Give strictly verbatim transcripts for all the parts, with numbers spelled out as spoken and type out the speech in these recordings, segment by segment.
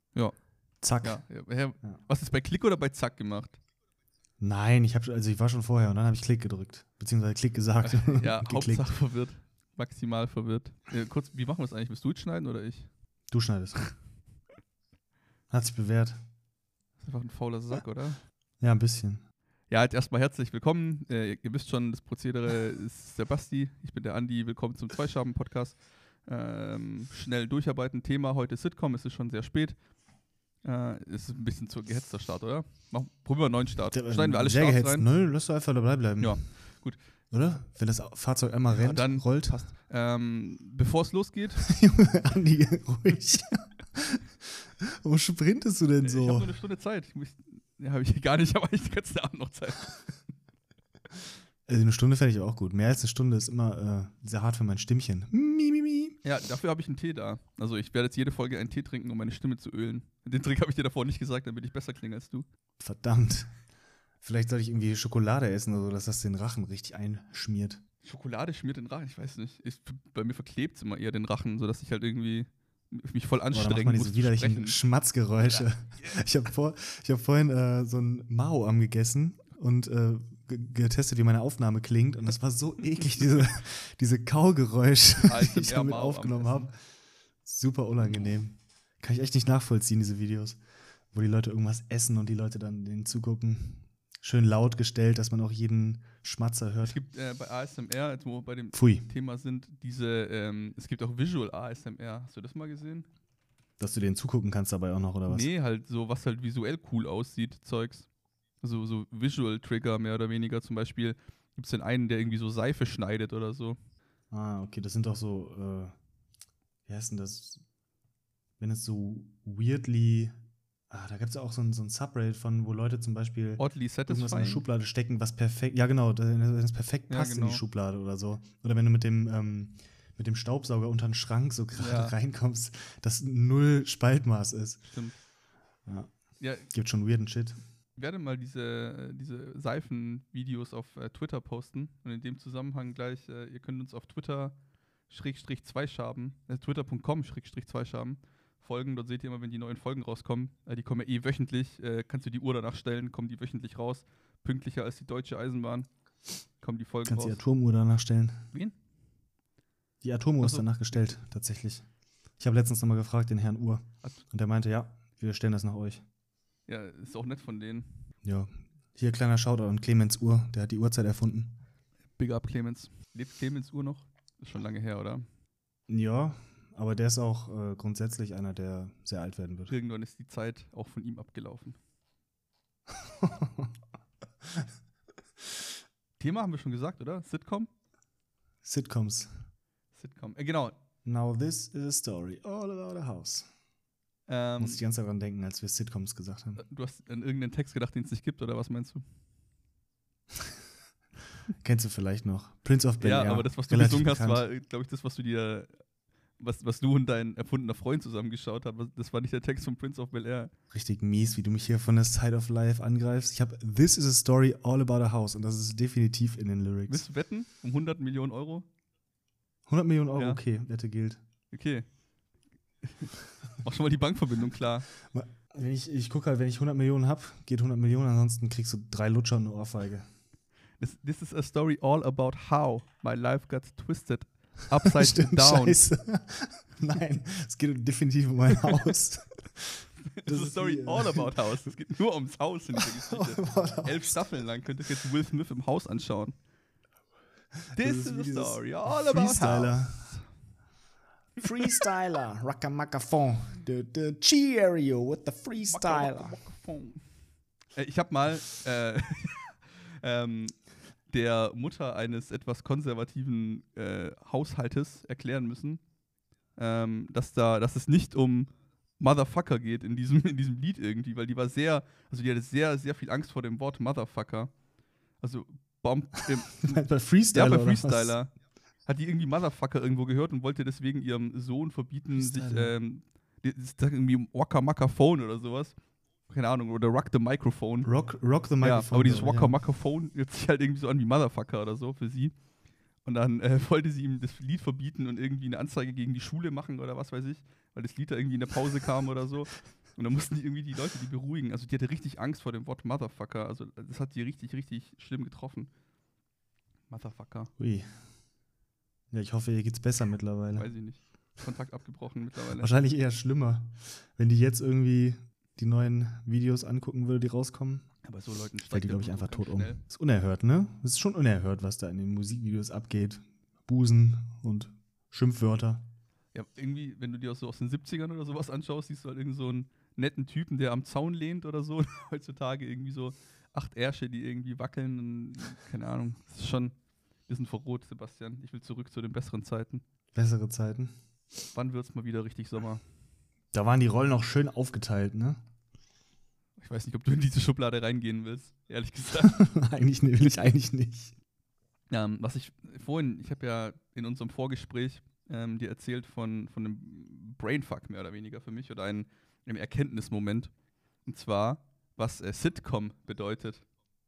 Ja. Zack. Ja. Ja. Ja. Was ist bei Klick oder bei Zack gemacht? Nein, ich, hab, also ich war schon vorher und dann habe ich Klick gedrückt. Beziehungsweise Klick gesagt. Ja, geklickt. Hauptsache verwirrt. Maximal verwirrt. Äh, kurz, wie machen wir es eigentlich? Willst du jetzt schneiden oder ich? Du schneidest. Hat sich bewährt. Das ist einfach ein fauler Sack, oder? Ja, ein bisschen. Ja, halt erstmal herzlich willkommen. Äh, ihr wisst schon, das Prozedere ist der Basti. Ich bin der Andi. Willkommen zum Zweischaben-Podcast. Ähm, schnell durcharbeiten. Thema heute Sitcom. Es ist schon sehr spät. Äh, es ist ein bisschen zu gehetzter Start, oder? Mach, probieren wir einen neuen Start. Der, Schneiden wir alle sehr Starts gehetzt. rein. Nö, lass doch einfach dabei bleiben. Ja, gut. Oder? Wenn das Fahrzeug einmal Ja, rennt, dann rollt. passt. Ähm, Bevor es losgeht. Junge, Andi, ruhig. Wo sprintest du denn Ich habe so? nur eine Stunde Zeit. Ich muss, ja, habe ich gar nicht, aber ich den ganzen Abend noch Zeit. Also eine Stunde fände ich auch gut. Mehr als eine Stunde ist immer äh, sehr hart für mein Stimmchen. Mi, mi, mi. Ja, dafür habe ich einen Tee da. Also ich werde jetzt jede Folge einen Tee trinken, um meine Stimme zu ölen. Den Trick habe ich dir davor nicht gesagt, damit ich besser klinge als du. Verdammt. Vielleicht soll ich irgendwie Schokolade essen oder so, dass das den Rachen richtig einschmiert. Schokolade schmiert den Rachen, ich weiß nicht. Ich, bei mir verklebt es immer eher den Rachen, sodass ich halt irgendwie mich voll Boah, da macht anstrengen man muss diese zu widerlichen sprechen. Schmatzgeräusche. Ja. Ich habe vor, ich hab vorhin äh, so ein Mao am gegessen und äh, g- getestet, wie meine Aufnahme klingt. Und das war so eklig, diese, diese Kaugeräusche, die ich damit Mao am aufgenommen Essen. habe. Super unangenehm. Kann ich echt nicht nachvollziehen, diese Videos, wo die Leute irgendwas essen und die Leute dann denen zugucken. Schön laut gestellt, dass man auch jeden Schmatzer Es hört. gibt äh, bei A S M R, jetzt wo wir bei dem Pfui, Thema sind, diese, ähm, es gibt auch Visual A S M R. Hast du das mal gesehen? dass du denen zugucken kannst dabei auch noch, oder was? Nee, halt so, was halt visuell cool aussieht, Zeugs. Also so Visual Trigger mehr oder weniger. Zum Beispiel gibt es den einen, der irgendwie so Seife schneidet oder so. Ah, okay, das sind doch so, äh, wie heißt denn das? Wenn es so weirdly, ah, da gibt es auch so ein, so ein Subreddit von, wo Leute zum Beispiel Oddly irgendwas in satisfying. eine Schublade stecken, was perfekt, ja genau, das- wenn es perfekt Ja, passt in genau. die Schublade oder so. Oder wenn du mit dem, ähm, mit dem Staubsauger unter den Schrank so gerade Ja. reinkommst, das null Spaltmaß ist. Stimmt. Ja, Ja, gibt schon weirden Shit. ich werde mal diese, äh, diese Seifen-Videos auf äh, Twitter posten. Und in dem Zusammenhang gleich, äh, ihr könnt uns auf Twitter Schrägstrich Zweischaben, äh, twitter punkt com Schrägstrich Zweischaben folgen. Dort seht ihr immer, wenn die neuen Folgen rauskommen. Äh, die kommen ja eh wöchentlich. Äh, kannst du die Uhr danach stellen, kommen die wöchentlich raus. Pünktlicher als die Deutsche Eisenbahn kommen die Folgen Kannst die raus. Atomuhr danach stellen. Wen? Die Atomuhr ist Ach so. danach gestellt, tatsächlich. Ich habe letztens nochmal gefragt, den Herrn Uhr. At- Und der meinte, ja, wir stellen das nach euch. Ja, ist auch nett von denen. Ja. Hier kleiner Shoutout an Clemens Uhr, der hat die Uhrzeit erfunden. Big up Clemens. Lebt Clemens Uhr noch? Ist schon lange her, oder? Ja, aber der ist auch äh, grundsätzlich einer, der sehr alt werden wird. Irgendwann ist die Zeit auch von ihm abgelaufen. Thema haben wir schon gesagt, oder? Sitcom? Sitcoms. Sitcom. Äh, genau. Now this is a story all about a house. Ähm, Muss ich die ganze Zeit daran denken, als wir Sitcoms gesagt haben. du hast an irgendeinen Text gedacht, den es nicht gibt, oder was meinst du? Kennst du vielleicht noch? Prince of Bel-Air. Ja, aber das, was du relativ gesungen hast, bekannt. war, glaube ich, das, was du dir, was, was du und dein erfundener Freund zusammengeschaut habt. Das war nicht der Text von Prince of Bel-Air. Richtig mies, wie du mich hier von der Side of Life angreifst. Ich habe This is a story all about a house und das ist definitiv in den Lyrics. Willst du wetten? Um hundert Millionen Euro? hundert Millionen Euro, Ja. okay, Wette gilt. Okay. Mach schon mal die Bankverbindung klar. Wenn ich, ich gucke halt, wenn ich hundert Millionen habe, geht hundert Millionen, ansonsten kriegst du drei Lutscher und eine Ohrfeige. This, this is a story all about how my life got twisted upside Stimmt, down. scheiße. Nein, es geht definitiv um ein Haus. Das ist a ist story die, äh, all about house. Es geht nur ums Haus in dieser All Geschichte. about a house. Elf Staffeln lang könnt ihr euch jetzt Will Smith im Haus anschauen. This ist is wie a dieses story all about Freestyler. house. Freestyler, Rockamacafon, the, the Cheerio with the Freestyler. Äh, Ich habe mal äh, ähm, der Mutter eines etwas konservativen äh, Haushaltes erklären müssen, ähm, dass da, dass es nicht um Motherfucker geht in diesem, in diesem Lied irgendwie, weil die war sehr, also die hatte sehr, sehr viel Angst vor dem Wort Motherfucker. Also Bomb, im, Bei ja, Freestyler bei oder was? Freestyler. Hat die irgendwie Motherfucker irgendwo gehört und wollte deswegen ihrem Sohn verbieten, sich, Freestyler. ähm, die- das ist irgendwie Waka Maka Phone oder sowas. Keine Ahnung, oder Rock the Microphone. Rock, rock the Ja, Microphone. aber dieses ja. Waka Maka Phone hört sich halt irgendwie so an wie Motherfucker oder so für sie. Und dann äh, wollte sie ihm das Lied verbieten und irgendwie eine Anzeige gegen die Schule machen oder was weiß ich, weil das Lied da irgendwie in der Pause kam oder so. Und dann mussten die irgendwie die Leute die beruhigen. Also die hatte richtig Angst vor dem Wort Motherfucker. Also das hat die richtig, richtig schlimm getroffen. Motherfucker. Ui. Ja, ich hoffe, ihr geht's besser mittlerweile. Weiß ich nicht. Kontakt abgebrochen mittlerweile. Wahrscheinlich eher schlimmer, wenn die jetzt irgendwie die neuen Videos angucken würde, die rauskommen. Aber so Leuten fällt die, glaube ich, einfach tot um. Schnell. Ist unerhört, ne? Es ist schon unerhört, was da in den Musikvideos abgeht. Busen und Schimpfwörter. Ja, irgendwie, wenn du dir so aus den siebzigern oder sowas anschaust, siehst du halt irgend so einen netten Typen, der am Zaun lehnt oder so. Heutzutage irgendwie so acht Ärsche, die irgendwie wackeln. Und, keine Ahnung. Das ist schon ein bisschen verrot, Sebastian. Ich will zurück zu den besseren Zeiten. Bessere Zeiten. Wann wird's mal wieder richtig Sommer? Da waren die Rollen auch schön aufgeteilt, ne? Ich weiß nicht, ob du in diese Schublade reingehen willst, ehrlich gesagt. Eigentlich will ich eigentlich nicht. Ähm, was ich vorhin, ich habe ja in unserem Vorgespräch ähm, dir erzählt von, von einem Brainfuck mehr oder weniger für mich oder einem, einem Erkenntnismoment. Und zwar, was äh, Sitcom bedeutet.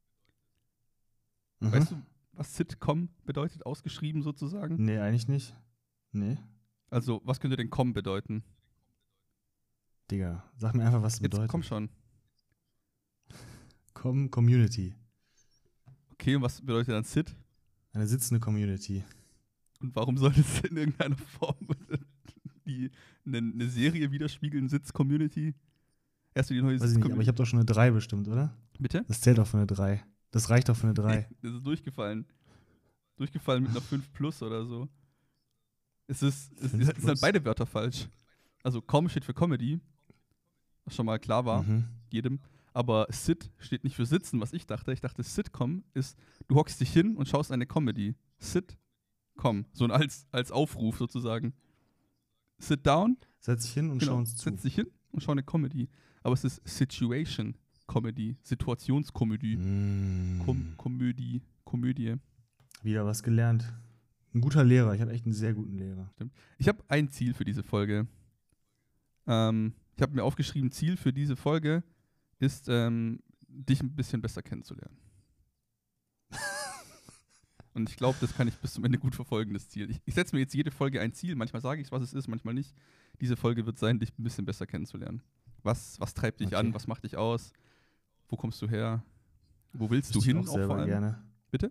Mhm. Weißt du, was Sitcom bedeutet, ausgeschrieben sozusagen? Nee, eigentlich nicht. Nee. Also, was könnte denn Com bedeuten? Digga, sag mir einfach, was es Jetzt bedeutet. komm schon. Com Community. Okay, und was bedeutet dann Sit? Eine sitzende Community. Und warum sollte es in irgendeiner Form die, eine, eine Serie widerspiegeln, Sitz-Community? Erst die neue Weiß ich nicht, aber ich habe doch schon eine drei bestimmt, oder? Bitte? Das zählt doch für eine drei. Das reicht doch für eine drei. Das ist durchgefallen. Durchgefallen mit einer fünf plus oder so. Es ist, es fünf ist, es sind halt plus? beide Wörter falsch. Also Com steht für Comedy, was schon mal klar war, Mhm. jedem. Aber Sit steht nicht für Sitzen, was ich dachte. Ich dachte, Sitcom ist, du hockst dich hin und schaust eine Comedy. Sitcom. So ein als, als Aufruf sozusagen. Sit down, Setz dich hin und genau, schau uns zu. setz dich hin und schau eine Comedy. Aber es ist Situation Comedy, Situationskomödie. Mm. Kom Komödie, Komödie. Wieder was gelernt. Ein guter Lehrer. Ich habe echt einen sehr guten Lehrer. Ich habe ein Ziel für diese Folge. Ähm, ich habe mir aufgeschrieben, Ziel für diese Folge ist, ähm, dich ein bisschen besser kennenzulernen. Und ich glaube, das kann ich bis zum Ende gut verfolgen, das Ziel. Ich, ich setze mir jetzt jede Folge ein Ziel. Manchmal sage ich, was es ist, manchmal nicht. Diese Folge wird sein, dich ein bisschen besser kennenzulernen. Was, was treibt dich Okay. an? Was macht dich aus? Wo kommst du her? Wo willst Wüsste du ich hin? auch selber vor allem? gerne. Bitte?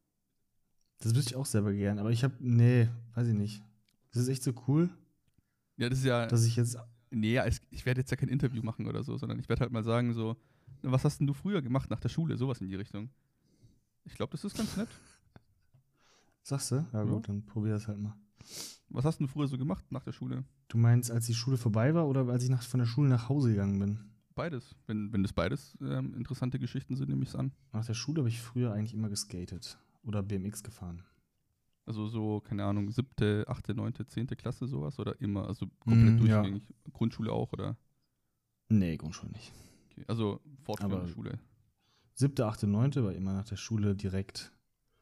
Das wüsste ich auch selber gerne. Aber ich habe, nee, weiß ich nicht. Das ist echt so cool, Ja, das ist ja. dass ich jetzt, Nee, ja, es, ich werde jetzt ja kein Interview machen oder so, sondern ich werde halt mal sagen, so, na, was hast denn du früher gemacht nach der Schule? Sowas in die Richtung. Ich glaube, das ist ganz nett. sagst du? Ja gut, dann probier das halt mal. Was hast denn du früher so gemacht nach der Schule? Du meinst, als die Schule vorbei war oder als ich nach, von der Schule nach Hause gegangen bin? Beides. Wenn, wenn das beides ähm, interessante Geschichten sind, nehme ich es an. Nach der Schule habe ich früher eigentlich immer geskatet oder B M X gefahren. Also so, keine Ahnung, siebte, achte, neunte, zehnte Klasse sowas oder immer, also komplett Mm, ja. durchgängig. Grundschule auch oder? Nee, Grundschule nicht. Okay. Also fortführende Aber- Schule. Siebte, achte, neunte war immer nach der Schule direkt,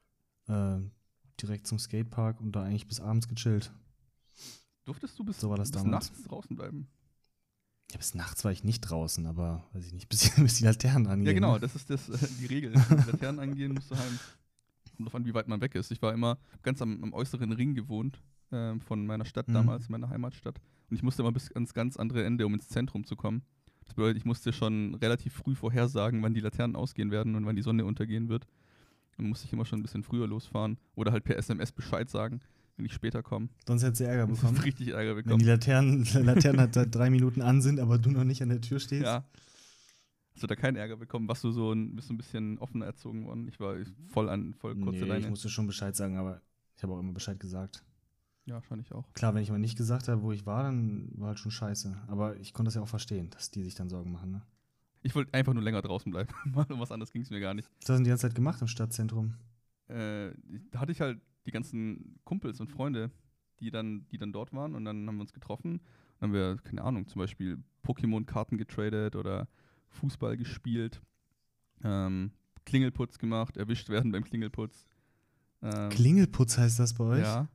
äh, direkt zum Skatepark und da eigentlich bis abends gechillt. Durftest du bis, So war das bis damals. nachts draußen bleiben? Ja, bis nachts war ich nicht draußen, aber weiß ich nicht, bis, bis die Laternen angehen. Ja, genau, ne? das ist das, äh, die Regel. Wenn die Laternen angehen, musst du heim. Kommt drauf an, wie weit man weg ist. Ich war immer ganz am, am äußeren Ring gewohnt, ähm, von meiner Stadt Mhm. damals, meiner Heimatstadt. Und ich musste immer bis ans ganz andere Ende, um ins Zentrum zu kommen. Das bedeutet, ich musste schon relativ früh vorhersagen, wann die Laternen ausgehen werden und wann die Sonne untergehen wird. Und dann musste ich immer schon ein bisschen früher losfahren oder halt per S M S Bescheid sagen, wenn ich später komme. Sonst hättest du Ärger Das bekommen. ist richtig Ärger Wenn bekommen. die Laternen, Laternen halt seit drei Minuten an sind, aber du noch nicht an der Tür stehst. Ja. Hast du da keinen Ärger bekommen? Warst du so ein, bist du ein bisschen offener erzogen worden? Ich war voll an, voll kurze Nee, Leine. ich musste schon Bescheid sagen, aber ich habe auch immer Bescheid gesagt. Ja, wahrscheinlich auch. Klar, wenn ich mal nicht gesagt habe, wo ich war, dann war halt schon scheiße. Aber ich konnte das ja auch verstehen, dass die sich dann Sorgen machen. Ne? Ich wollte einfach nur länger draußen bleiben. Um was anderes ging es mir gar nicht. Was hast du denn die ganze Zeit gemacht im Stadtzentrum? Äh, da hatte ich halt die ganzen Kumpels und Freunde, die dann, die dann dort waren und dann haben wir uns getroffen. Dann haben wir, keine Ahnung, zum Beispiel Pokémon-Karten getradet oder Fußball gespielt, ähm, Klingelputz gemacht, erwischt werden beim Klingelputz. Ähm, Klingelputz heißt das bei euch? Ja.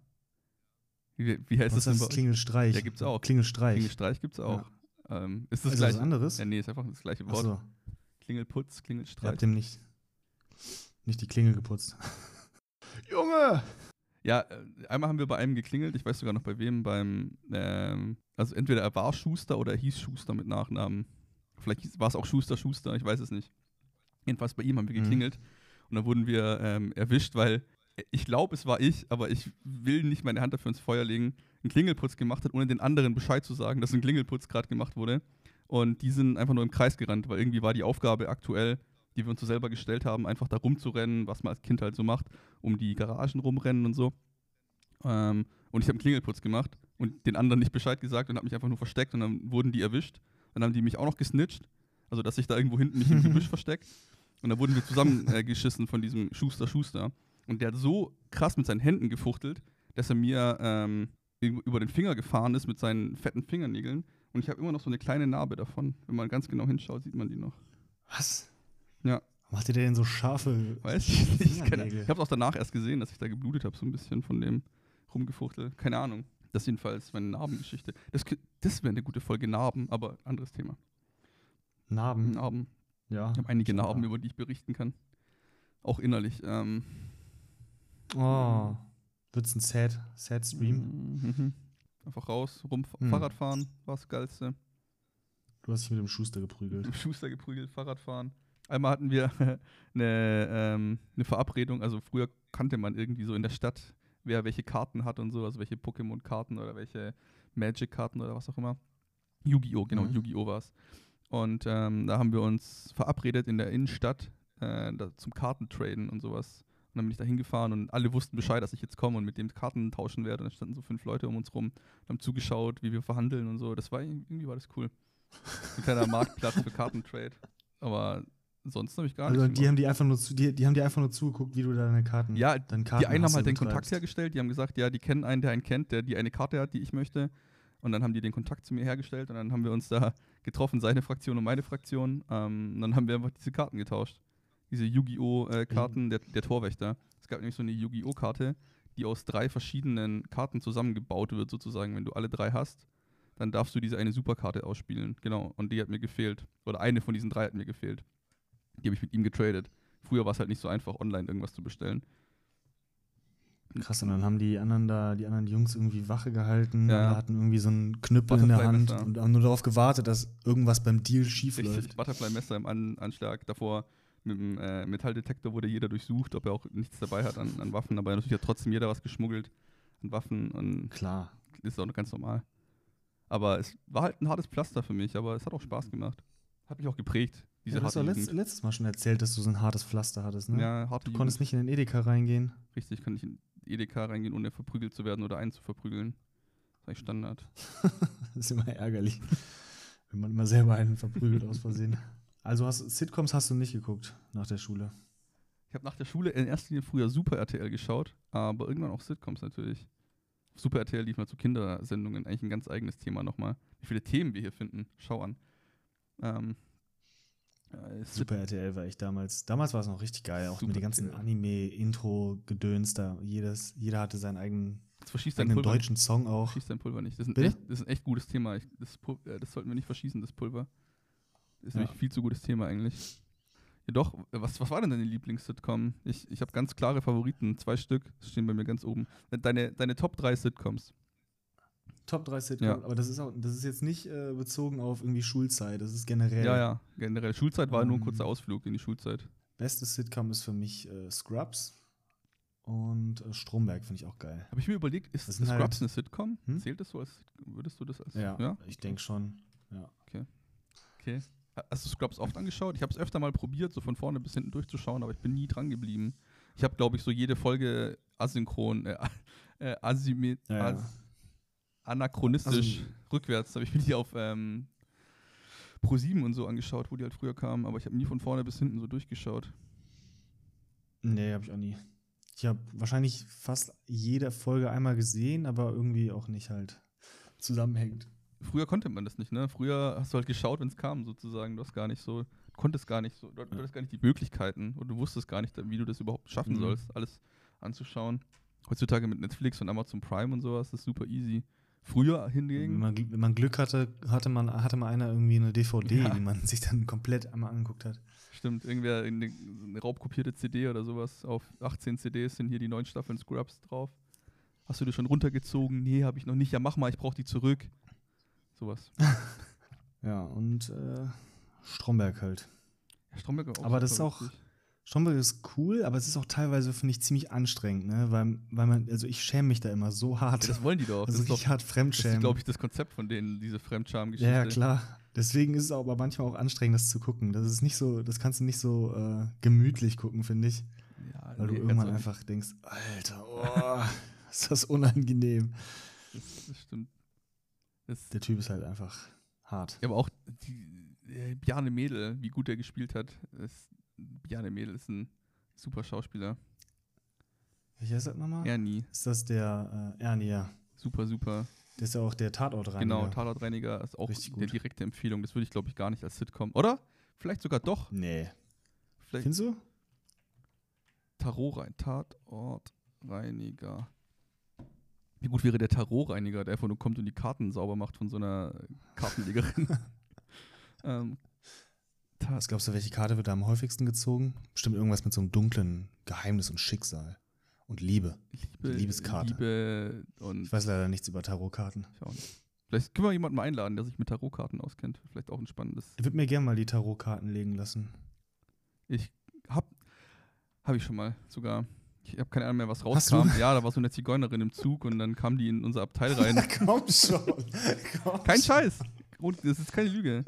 Wie, wie heißt Was das denn ist bei das? euch? Klingelstreich. Ja, gibt's auch. Klingelstreich. Klingelstreich gibt's auch. Ähm, ist das ist das gleiche? was anderes? Ja, nee, ist einfach das gleiche Wort. Achso, Klingelputz, ihr Klingelstreich. habt dem nicht, nicht die Klingel geputzt. Junge! Ja, äh, einmal haben wir bei einem geklingelt, ich weiß sogar noch bei wem, beim, ähm, also entweder er war Schuster oder er hieß Schuster mit Nachnamen. Vielleicht war es auch Schuster Schuster, ich weiß es nicht. Jedenfalls bei ihm haben wir Mhm. geklingelt und dann wurden wir ähm, erwischt, weil ich glaube, es war ich, aber ich will nicht meine Hand dafür ins Feuer legen, einen Klingelputz gemacht hat, ohne den anderen Bescheid zu sagen, dass ein Klingelputz gerade gemacht wurde. Und die sind einfach nur im Kreis gerannt, weil irgendwie war die Aufgabe aktuell, die wir uns so selber gestellt haben, einfach da rumzurennen, was man als Kind halt so macht, um die Garagen rumrennen und so. Ähm, und ich habe einen Klingelputz gemacht und den anderen nicht Bescheid gesagt und habe mich einfach nur versteckt und dann wurden die erwischt. Dann haben die mich auch noch gesnitcht, also dass ich da irgendwo hinten mich im Gebüsch verstecke. Und dann wurden wir zusammengeschissen äh, geschissen von diesem Schuster Schuster. Und der hat so krass mit seinen Händen gefuchtelt, dass er mir ähm, über den Finger gefahren ist mit seinen fetten Fingernägeln. Und ich habe immer noch so eine kleine Narbe davon. Wenn man ganz genau hinschaut, sieht man die noch. Was? Ja. Macht ihr denn so scharfe, Weiß scharfe ich nicht. Keine, Fingernägel? ich habe es auch danach erst gesehen, dass ich da geblutet habe, so ein bisschen von dem Rumgefuchtel. Keine Ahnung. Das jedenfalls meine Narbengeschichte. Das, kö- das wäre eine gute Folge Narben, aber anderes Thema. Narben? Narben. Ja. Ich habe einige scheinbar. Narben, über die ich berichten kann. Auch innerlich. Ähm, Oh. Wird's ein Sad, Sad Stream? Mhm. Einfach raus, rum, Hm. Fahrrad fahren, war das Geilste. Du hast dich mit dem Schuster geprügelt. Mit dem Schuster geprügelt, Fahrrad fahren. Einmal hatten wir eine, ähm, eine Verabredung, also früher kannte man irgendwie so in der Stadt, wer welche Karten hat und so, also welche Pokémon-Karten oder welche Magic-Karten oder was auch immer. Yu-Gi-Oh!, genau, Mhm. Yu-Gi-Oh! War es. Und ähm, da haben wir uns verabredet in der Innenstadt äh, da zum Kartentraden und sowas. Und dann bin ich da hingefahren und alle wussten Bescheid, dass ich jetzt komme und mit dem Karten tauschen werde. Und dann standen so fünf Leute um uns rum und haben zugeschaut, wie wir verhandeln und so. Das war irgendwie war das cool. Ein kleiner Marktplatz für Kartentrade. Aber sonst habe ich gar Also nichts die haben gemacht. die einfach nur zu, die, die haben dir einfach nur zugeguckt, wie du deine Karten, Ja, deinen die einen haben Kartenhassel halt den betreibst. Kontakt hergestellt. Die haben gesagt, ja, die kennen einen, der einen kennt, der die eine Karte hat, die ich möchte. Und dann haben die den Kontakt zu mir hergestellt und dann haben wir uns da getroffen, seine Fraktion und meine Fraktion. Ähm, und dann haben wir einfach diese Karten getauscht. Diese Yu-Gi-Oh! Äh, Karten, der, der Torwächter. Es gab nämlich so eine Yu-Gi-Oh! Karte, die aus drei verschiedenen Karten zusammengebaut wird, sozusagen. Wenn du alle drei hast, dann darfst du diese eine Superkarte ausspielen. Genau. Und die hat mir gefehlt. Oder eine von diesen drei hat mir gefehlt. Die habe ich mit ihm getradet. Früher war es halt nicht so einfach, online irgendwas zu bestellen. Krass, und dann haben die anderen da, die anderen Jungs irgendwie Wache gehalten, Ja. alle hatten irgendwie so einen Knüppel in der Hand Butterfly-Messer. und haben nur darauf gewartet, dass irgendwas beim Deal schief Richtig, läuft. Butterfly-Messer im An Anschlag. Davor mit dem äh, Metalldetektor wurde jeder durchsucht, ob er auch nichts dabei hat an, an Waffen. Aber natürlich hat trotzdem jeder was geschmuggelt an Waffen und Klar. ist auch ganz normal. Aber es war halt ein hartes Pflaster für mich, aber es hat auch Spaß gemacht. Hat mich auch geprägt, diese Ja, du hast harte doch letzt, Jugend. letztes Mal schon erzählt, dass du so ein hartes Pflaster hattest, ne? Ja, harte Du Jugend. konntest nicht in den Edeka reingehen. Richtig, kann nicht in Edeka reingehen, ohne verprügelt zu werden oder einen zu verprügeln. Das ist eigentlich Standard. Das ist immer ärgerlich, wenn man immer selber einen verprügelt aus Versehen. Also hast, Sitcoms hast du nicht geguckt nach der Schule. Ich habe nach der Schule in erster Linie früher Super R T L geschaut, aber irgendwann auch Sitcoms natürlich. Auf Super R T L lief mal zu Kindersendungen, eigentlich ein ganz eigenes Thema nochmal. Wie viele Themen wir hier finden, schau an. Ähm, äh, Sit- Super R T L war ich damals. Damals war es noch richtig geil, auch Super mit den ganzen R T L. Anime-Intro-Gedöns da. Jedes, jeder hatte seinen eigenen, Jetzt verschießt dein eigenen Pulver, deutschen Song auch. verschießt dein Pulver nicht. Das ist ein, Bitte? echt, das ist ein echt gutes Thema. Ich, das, Pul- äh, das sollten wir nicht verschießen, das Pulver. Das ist Ja. nämlich ein viel zu gutes Thema eigentlich. Ja doch, was, was war denn deine Lieblings-Sitcom? Ich, ich habe ganz klare Favoriten, zwei Stück, stehen bei mir ganz oben. Deine, deine Top drei Sitcoms. Top drei Sitcoms, Ja. aber das ist auch, das ist jetzt nicht äh, bezogen auf irgendwie Schulzeit, das ist generell. Ja, ja, generell. Schulzeit war nur ein Ähm, kurzer Ausflug in die Schulzeit. Bestes Sitcom ist für mich äh, Scrubs und äh, Stromberg finde ich auch geil. Habe ich mir überlegt, ist Das das sind Scrubs halt- eine Sitcom? Hm? Zählt das so als, würdest du das als, Ja, ja? ich denke schon. Ja. Okay. Ha- Hast du Scrubs oft angeschaut? Ich habe es öfter mal probiert, so von vorne bis hinten durchzuschauen, aber ich bin nie dran geblieben. Ich habe, glaube ich, so jede Folge asynchron, äh, äh, asymet, Ja, ja. as, anachronistisch Also- rückwärts. Habe ich mir die auf ähm, Pro sieben und so angeschaut, wo die halt früher kamen, aber ich habe nie von vorne bis hinten so durchgeschaut. Nee, habe ich auch nie. Ich habe wahrscheinlich fast jede Folge einmal gesehen, aber irgendwie auch nicht halt zusammenhängt. Früher konnte man das nicht, ne? Früher hast du halt geschaut, wenn es kam, sozusagen. Du hast gar nicht so, du konntest gar nicht so, du du hattest gar nicht die Möglichkeiten und du wusstest gar nicht, wie du das überhaupt schaffen Mhm. sollst, alles anzuschauen. Heutzutage mit Netflix und Amazon Prime und sowas, das ist super easy. Früher Wenn hingegen, man, wenn man Glück hatte, hatte man, hatte mal einer irgendwie eine D V D, Ja. die man sich dann komplett einmal angeguckt hat. stimmt, irgendwer eine, eine raubkopierte C D oder sowas, auf achtzehn C Ds sind hier die neun Staffeln Scrubs drauf. Hast du dir schon runtergezogen? Nee, habe ich noch nicht. Ja, mach mal, ich brauche die zurück. Sowas. Ja, und äh, Stromberg halt. Ja, Stromberg auch Aber das ist super auch, witzig. Stromberg ist cool, aber es ist auch teilweise, finde ich, ziemlich anstrengend, ne? Weil, weil man, also ich schäme mich da immer so hart. Ja, das wollen die doch. Also Das ist richtig doch, hart das ist, Fremdschämen. glaube ich, das Konzept von denen, diese Fremdscham-Geschichte. Ja, ja, klar. Deswegen ist es aber manchmal auch anstrengend, das zu gucken. Das ist nicht so, das kannst du nicht so äh, gemütlich gucken, finde ich. Ja, Weil nee, du kannst irgendwann auch nicht. einfach denkst, Alter, oh, ist das unangenehm. Das, das stimmt. Das, Der Typ ist halt einfach hart. ja, aber auch die, äh, Bjarne Mädel, wie gut er gespielt hat. Das, Bjarne Mädel ist ein super Schauspieler. Welcher ist das nochmal? Ernie. Ist das der äh, Ernie, ja. Super, super. Der ist ja auch der Tatortreiniger. Genau, Tatortreiniger ist auch Richtig eine gut. direkte Empfehlung. Das würde ich, glaube ich, gar nicht als Sitcom. Oder? Vielleicht sogar doch. Nee. Vielleicht Findest du? Tarotrein, Tatortreiniger. Wie gut wäre der Tarotreiniger, der einfach nur kommt und die Karten sauber macht von so einer Kartenlegerin. ähm, Ta- Was glaubst du, welche Karte wird da am häufigsten gezogen? Bestimmt irgendwas mit so einem dunklen Geheimnis und Schicksal. Und Liebe. Liebe, Die Liebeskarte. Liebe und Ich weiß leider nichts über Tarotkarten. ich auch nicht. Vielleicht können wir jemanden mal einladen, der sich mit Tarotkarten auskennt. Vielleicht auch ein spannendes. Ich würde mir gerne mal die Tarotkarten legen lassen. Ich hab, hab ich schon mal sogar. Ich habe keine Ahnung mehr, was Hast du? rauskam. Ja, da war so eine Zigeunerin im Zug und dann kam die in unser Abteil rein. Komm schon. Komm Kein schon. Scheiß. Und das ist keine Lüge.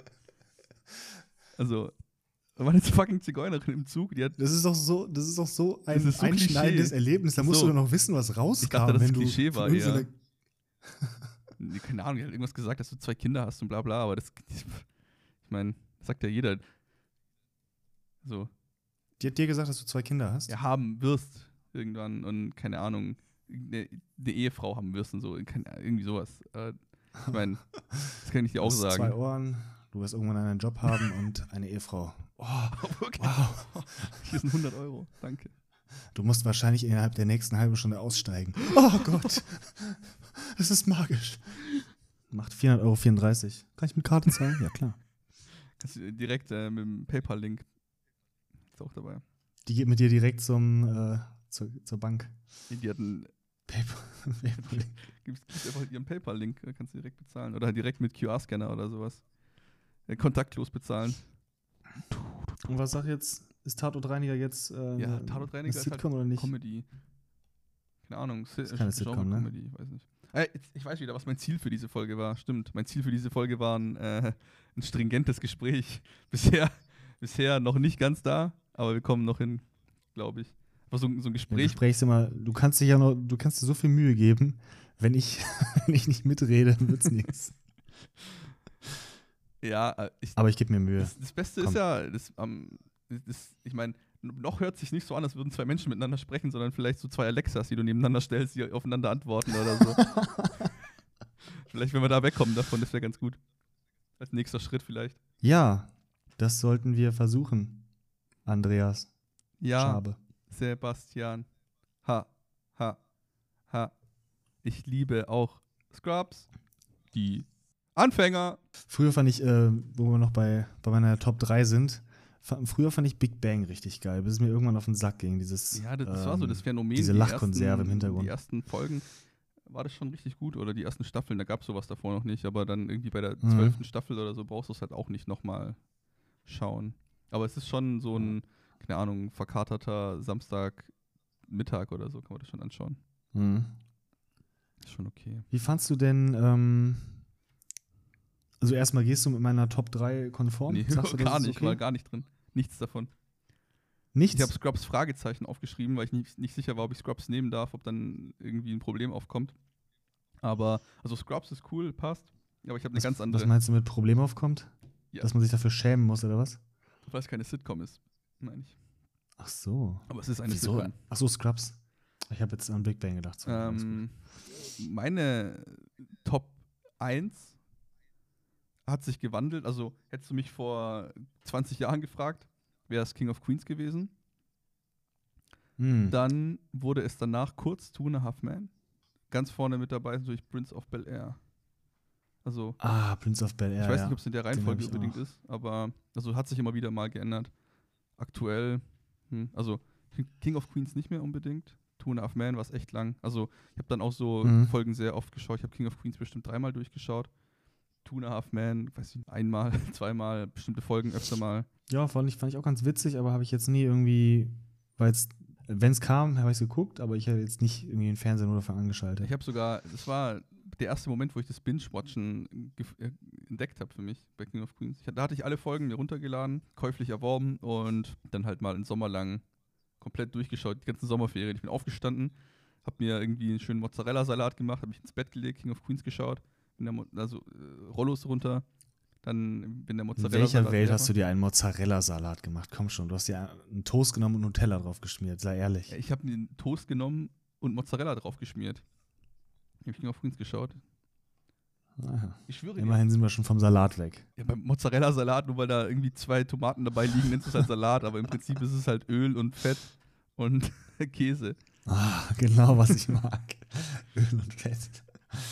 Also, da war eine fucking Zigeunerin im Zug, die hat. Das ist doch so, das ist doch so ein Das ist so einschneidendes Klischee. Erlebnis. Da musst So. du doch noch wissen, was rauskam. Ich dachte, dass wenn es du Klischee von war irgendeiner- eher. Nee, keine Ahnung, die hat irgendwas gesagt, dass du zwei Kinder hast und bla bla, aber das. Ich meine, das sagt ja jeder. So. Die hat dir gesagt, dass du zwei Kinder hast? Ja, haben wirst irgendwann und keine Ahnung, eine, eine Ehefrau haben wirst und so, keine, irgendwie sowas. Äh, ich meine, das kann ich dir Du auch hast zwei sagen. Ohren, du wirst irgendwann einen Job haben und eine Ehefrau. Oh, Okay. wow. Hier sind hundert Euro, danke. Du musst wahrscheinlich innerhalb der nächsten halben Stunde aussteigen. Oh Gott, das ist magisch. Macht vierhundert Euro vierunddreißig. Kann ich mit Karte zahlen? Ja, klar. Kannst du direkt äh, mit dem PayPal-Link. Ist auch dabei. Die geht mit dir direkt zum, äh, zur, zur Bank. Die, die hatten. PayPal. Gibst, gibst einfach ihren PayPal-Link, äh, kannst du direkt bezahlen. Oder direkt mit Q R-Scanner oder sowas. Äh, kontaktlos bezahlen. Und was sag jetzt, ist Tatortreiniger jetzt äh, Ja, eine Tatortreiniger ist Sitcom halt oder nicht? Comedy. Keine Ahnung. Si- ist keine Sitcom, ne? Comedy, weiß nicht. Äh, jetzt, ich weiß wieder, was mein Ziel für diese Folge war. Stimmt. Mein Ziel für diese Folge war ein, äh, ein stringentes Gespräch. Bisher, bisher noch nicht ganz da, aber wir kommen noch hin, glaube ich. Aber so, so ein Ja, Gespräch. Gespräch ist immer, du kannst dich ja noch, du kannst dir so viel Mühe geben, wenn ich, wenn ich nicht mitrede, dann wird's nichts. Ja, äh, ich, Aber ich gebe mir Mühe. das, das Beste Komm. ist ja, das, ähm, das, ich meine, noch hört sich nicht so an, als würden zwei Menschen miteinander sprechen, sondern vielleicht so zwei Alexas, die du nebeneinander stellst, die aufeinander antworten oder so. Vielleicht, wenn wir da wegkommen davon, das wäre ganz gut. Als nächster Schritt vielleicht. Ja, das sollten wir versuchen, Andreas Ja, Schabe. Sebastian. Ha, ha, ha. Ich liebe auch Scrubs. Die Anfänger. Früher fand ich, äh, wo wir noch bei, bei meiner Top drei sind, fa- früher fand ich Big Bang richtig geil, bis es mir irgendwann auf den Sack ging, dieses Ja, das, das ähm, war so das Phänomen. diese die Lachkonserve ersten, im Hintergrund. Die ersten Folgen war das schon richtig gut. Oder die ersten Staffeln, da gab es sowas davor noch nicht. Aber dann irgendwie bei der Mhm. zwölften Staffel oder so brauchst du es halt auch nicht nochmal schauen. Aber es ist schon so ein, keine Ahnung, verkaterter Samstagmittag oder so, kann man das schon anschauen. Mhm. Ist schon okay. Wie fandst du denn, ähm, also erstmal gehst du mit meiner Top drei konform? Nee, Sagst du, das gar ist nicht, okay? war gar nicht drin. Nichts davon. Nichts? Ich habe Scrubs Fragezeichen aufgeschrieben, weil ich nicht, nicht sicher war, ob ich Scrubs nehmen darf, ob dann irgendwie ein Problem aufkommt. Aber, also Scrubs ist cool, passt. Aber ich habe eine was, ganz andere, was meinst du mit Problem aufkommt? Ja. Dass man sich dafür schämen muss, oder was? weil es keine Sitcom ist, meine ich. Ach so. Aber es ist eine Wieso? Sitcom. Ach so, Scrubs. Ich habe jetzt an Big Bang gedacht. So, alles gut. Ähm, meine Top eins hat sich gewandelt. Also hättest du mich vor zwanzig Jahren gefragt, wäre es King of Queens gewesen. Hm. Dann wurde es danach kurz Two and a Half Men. Ganz vorne mit dabei ist natürlich Prince of Bel-Air. Also, Ah, Prince of Bel-Air. ich weiß ja. nicht, ob es in der hab Reihenfolge ich unbedingt auch. ist, aber also hat sich immer wieder mal geändert. Aktuell, hm, also King of Queens nicht mehr unbedingt. Two and a Half Men war es echt lang. Also ich habe dann auch so Mhm. Folgen sehr oft geschaut. Ich habe King of Queens bestimmt dreimal durchgeschaut. Two and a Half Men, weiß ich, einmal, zweimal, bestimmte Folgen öfter mal. Ja, fand ich, fand ich auch ganz witzig, aber habe ich jetzt nie irgendwie, weil es, wenn es kam, habe ich es geguckt, aber ich habe jetzt nicht irgendwie den Fernseher nur dafür angeschaltet. Ich habe sogar, das war der erste Moment, wo ich das Binge-Watchen gef- äh, entdeckt habe für mich bei King of Queens. Ich, da hatte ich alle Folgen mir runtergeladen, käuflich erworben und dann halt mal einen Sommer lang komplett durchgeschaut, die ganzen Sommerferien. Ich bin aufgestanden, habe mir irgendwie einen schönen Mozzarella-Salat gemacht, habe mich ins Bett gelegt, King of Queens geschaut, bin der Mo- also äh, Rollos runter, dann bin der In Mozzarella-Salat. welcher Welt leer hast du dir einen Mozzarella-Salat gemacht? Komm schon, du hast dir einen Toast genommen und Nutella drauf geschmiert, sei ehrlich. Ja, ich habe den Toast genommen und Mozzarella drauf geschmiert. Ich habe King of Queens geschaut. Aha. Ich schwöre dir. Immerhin sind wir schon vom Salat weg. Ja, beim Mozzarella-Salat, nur weil da irgendwie zwei Tomaten dabei liegen, nennst du es halt Salat, aber im Prinzip ist es halt Öl und Fett und Käse. Ah, genau, was ich mag. Öl und Fett.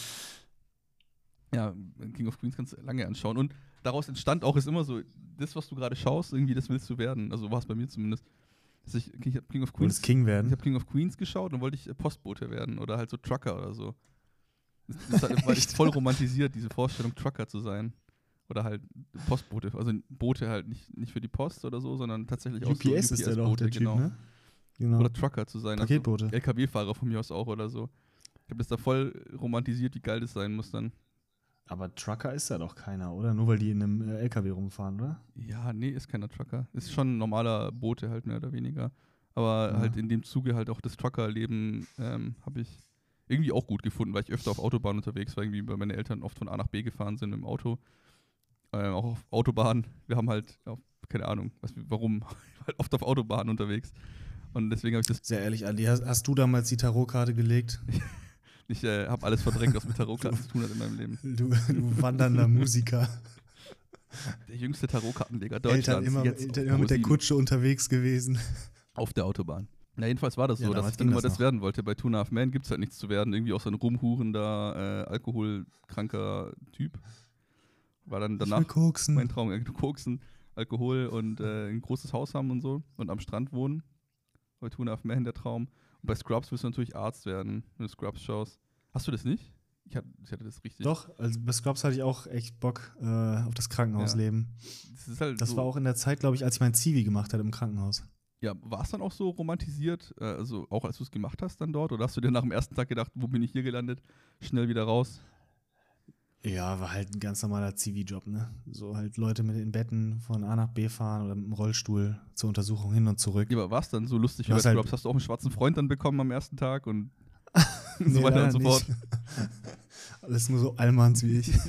Ja, King of Queens kannst du lange anschauen. Und daraus entstand auch, ist immer so, das, was du gerade schaust, irgendwie, das willst du werden. Also war es bei mir zumindest. Dass ich, ich habe King of Du Queens. willst King Ich werden? habe King of Queens geschaut und wollte ich äh, Postbote werden oder halt so Trucker oder so. Das, das hat, war ich Echt? voll romantisiert, diese Vorstellung, Trucker zu sein. Oder halt Postbote, also Boote halt nicht, nicht für die Post oder so, sondern tatsächlich auch U P S so ist der doch, der Typ, genau. ne? Genau. Oder Trucker zu sein. Paketboote. Also L K W-Fahrer von mir aus auch oder so. Ich habe das da voll romantisiert, wie geil das sein muss dann. Aber Trucker ist ja doch keiner, oder? Nur weil die in einem äh, L K W rumfahren, oder? Ja, nee, ist keiner Trucker. Ist schon ein normaler Bote halt mehr oder weniger. Aber Ja. halt in dem Zuge halt auch das Trucker-Leben ähm, habe ich irgendwie auch gut gefunden, weil ich öfter auf Autobahn unterwegs war, irgendwie, weil meine Eltern oft von A nach B gefahren sind mit dem Auto. Ähm, auch auf Autobahn. Wir haben halt, auf, keine Ahnung, was, warum, ich war halt oft auf Autobahn unterwegs. Und deswegen habe ich das, Sehr ehrlich, Andi, hast, hast du damals die Tarotkarte gelegt? ich äh, habe alles verdrängt, was mit Tarotkarten zu tun hat in meinem Leben. Du, du wandernder Musiker. Der jüngste Tarotkartenleger Eltern Deutschlands. immer, jetzt Eltern auf immer mit der ProSieben. Kutsche unterwegs gewesen. Auf der Autobahn. Na, jedenfalls war das Ja, so, dass damals ich dann ging immer das das noch. werden wollte. Bei Two and a Half Men gibt es halt nichts zu werden. Irgendwie auch so ein rumhurender, äh, alkoholkranker Typ. War dann Ich will danach koksen. mein Traum. Äh, Koksen, Alkohol und äh, ein großes Haus haben und so. Und am Strand wohnen. Bei Two and a Half Men der Traum. Und bei Scrubs willst du natürlich Arzt werden, wenn du Scrubs schaust. Hast du das nicht? Ich hatte, ich hatte das richtig. Doch, also bei Scrubs hatte ich auch echt Bock äh, auf das Krankenhausleben. Das, ist halt Das so, war auch in der Zeit, glaube ich, als ich mein Zivi gemacht hatte im Krankenhaus. Ja, war es dann auch so romantisiert, äh, also auch als du es gemacht hast dann dort? Oder hast du dir nach dem ersten Tag gedacht, wo bin ich hier gelandet? Schnell wieder raus? Ja, war halt ein ganz normaler Zivi-Job, ne? So halt Leute mit den Betten von A nach B fahren oder mit dem Rollstuhl zur Untersuchung hin und zurück. Ja, aber war es dann so lustig wie Du bei hast halt- Scrubs? Hast du auch einen schwarzen Freund dann bekommen am ersten Tag und so Nee, weiter und so leider fort? nicht. Alles nur so Allmanns wie ich.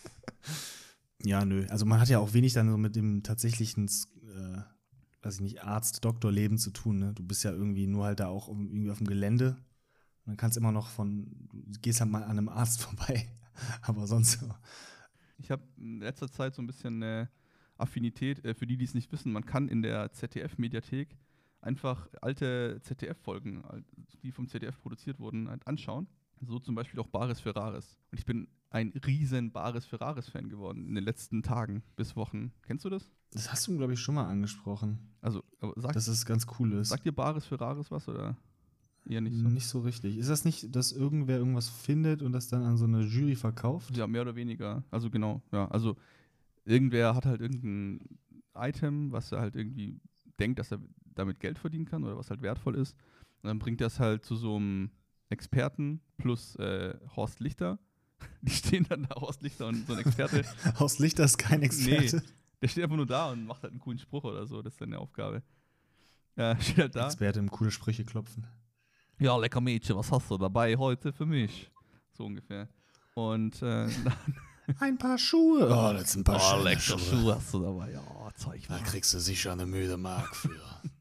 Ja, nö. Also man hat ja auch wenig dann so mit dem tatsächlichen, äh, weiß ich nicht, Arzt-Doktor-Leben zu tun, ne? Du bist ja irgendwie nur halt da auch irgendwie auf dem Gelände. Und dann kannst immer noch von, du gehst halt mal an einem Arzt vorbei. Aber sonst so. Ich habe in letzter Zeit so ein bisschen eine Affinität, äh, für die, die es nicht wissen. Man kann in der Z D F-Mediathek einfach alte Z D F-Folgen, alt- die vom Z D F produziert wurden, halt anschauen. So zum Beispiel auch Bares für Rares. Und ich bin ein riesen Bares für Rares-Fan geworden in den letzten Tagen bis Wochen. Kennst du das? Das hast du, glaube ich, schon mal angesprochen. Also, aber sag, Dass es ganz cool ist. sagt dir Bares für Rares was oder eher nicht so? Nicht so richtig. Ist das nicht, dass irgendwer irgendwas findet und das dann an so eine Jury verkauft? Ja, mehr oder weniger. Also genau, ja. Also irgendwer hat halt irgendein Item, was er halt irgendwie denkt, dass er damit Geld verdienen kann oder was halt wertvoll ist. Und dann bringt er es halt zu so einem Experten plus äh, Horst Lichter. Die stehen dann da, Horst Lichter und so ein Experte. Horst Lichter ist kein Experte. Der steht einfach nur da und macht halt einen coolen Spruch oder so. Das ist seine Aufgabe. Ja, steht halt da. Experte im coole Sprüche klopfen. Ja, lecker Mädchen, was hast du dabei heute für mich? So ungefähr. Und äh, Ein paar Schuhe. Oh, das sind ein paar oh, schöne lecker Schuhe. Schuhe hast du dabei. Ja, zeig Da mal. kriegst du sicher eine müde Mark für.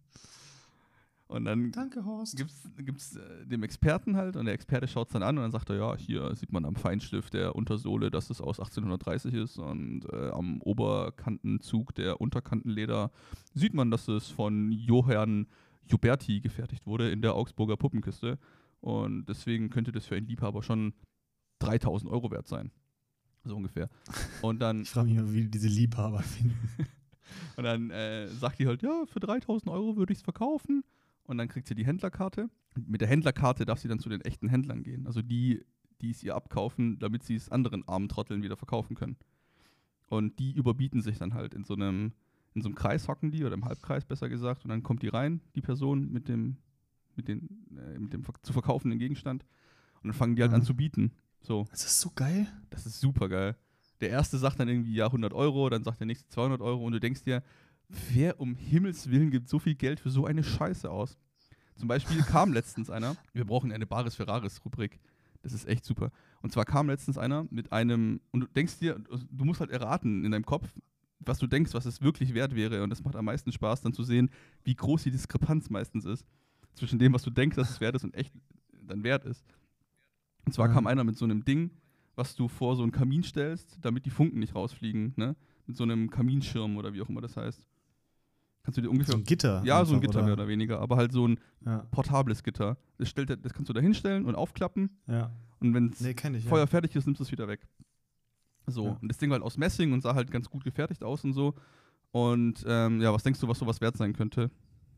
Und dann Danke, Horst. gibt's, gibt's äh, dem Experten halt und der Experte schaut es dann an und dann sagt er, ja, hier sieht man am Feinstift der Untersohle, dass es aus achtzehnhundertdreißig ist und äh, am Oberkantenzug der Unterkantenleder sieht man, dass es von Johann Joberti gefertigt wurde in der Augsburger Puppenkiste und deswegen könnte das für einen Liebhaber schon dreitausend Euro wert sein. So ungefähr. Und dann, Ich frage mich mal, wie die diese Liebhaber finden. und dann äh, sagt die halt, ja, für dreitausend Euro würde ich es verkaufen. Und dann kriegt sie die Händlerkarte Mit der Händlerkarte darf sie dann zu den echten Händlern gehen. Also die, die es ihr abkaufen, damit sie es anderen armen Trotteln wieder verkaufen können. Und die überbieten sich dann halt in so einem, in so einem Kreis hocken die, oder im Halbkreis besser gesagt, und dann kommt die rein, die Person mit dem, mit den, äh, mit dem zu verkaufenden Gegenstand. Und dann fangen die halt Mhm. an zu bieten. So, Das ist so geil. das ist super geil. Der erste sagt dann irgendwie, ja, hundert Euro, dann sagt der nächste zweihundert Euro und du denkst dir, wer um Himmels Willen gibt so viel Geld für so eine Scheiße aus? Zum Beispiel kam letztens einer, wir brauchen eine Bares Ferraris-Rubrik, das ist echt super. Und zwar kam letztens einer mit einem, und du denkst dir, du musst halt erraten in deinem Kopf, was du denkst, was es wirklich wert wäre. Und das macht am meisten Spaß, dann zu sehen, wie groß die Diskrepanz meistens ist zwischen dem, was du denkst, dass es wert ist und echt dann wert ist. Und zwar Ja. kam einer mit so einem Ding, was du vor so einen Kamin stellst, damit die Funken nicht rausfliegen, ne? Mit so einem Kaminschirm oder wie auch immer das heißt. Kannst du dir ungefähr... So ein Gitter. ja, so ein einfach, Gitter mehr oder weniger, aber halt so ein Ja. portables Gitter. Das, stellt, er- das kannst du da hinstellen und aufklappen ja. und wenn das Nee, kenn ich. Feuer Ja. fertig ist, nimmst du es wieder weg. So, Ja. und das Ding war halt aus Messing und sah halt ganz gut gefertigt aus und so. Und ähm, ja, was denkst du, was sowas wert sein könnte?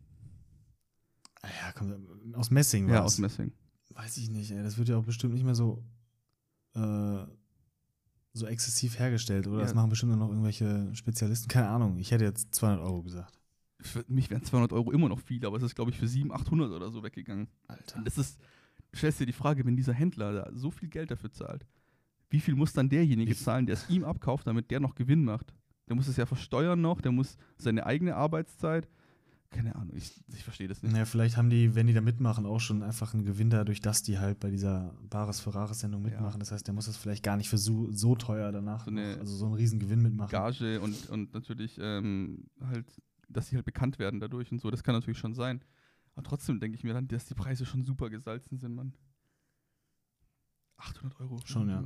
Ja, komm, aus Messing Ja, war's. aus Messing. Weiß ich nicht, ey. Das wird ja auch bestimmt nicht mehr so, äh, so exzessiv hergestellt, oder? Ja. Das machen bestimmt nur noch irgendwelche Spezialisten. Keine Ahnung. Ich hätte jetzt zweihundert Euro gesagt. Für mich wären zweihundert Euro immer noch viel, aber es ist, glaube ich, für siebenhundert, achthundert oder so weggegangen. Alter. Und das ist, du stellst dir die Frage, wenn dieser Händler da so viel Geld dafür zahlt, wie viel muss dann derjenige Wie- zahlen, der es ihm abkauft, damit der noch Gewinn macht? Der muss es ja versteuern noch, der muss seine eigene Arbeitszeit, keine Ahnung, ich, ich verstehe das nicht. Ja, vielleicht haben die, wenn die da mitmachen, auch schon einfach einen Gewinn dadurch, dass die halt bei dieser Bares Ferraris-Sendung mitmachen. Ja. Das heißt, der muss das vielleicht gar nicht für so, so teuer danach, So eine noch, also so einen riesen Gewinn mitmachen. Gage und, und natürlich ähm, halt, dass sie halt bekannt werden dadurch und so, das kann natürlich schon sein. Aber trotzdem denke ich mir dann, dass die Preise schon super gesalzen sind, Mann. achthundert Euro. Schon, ja.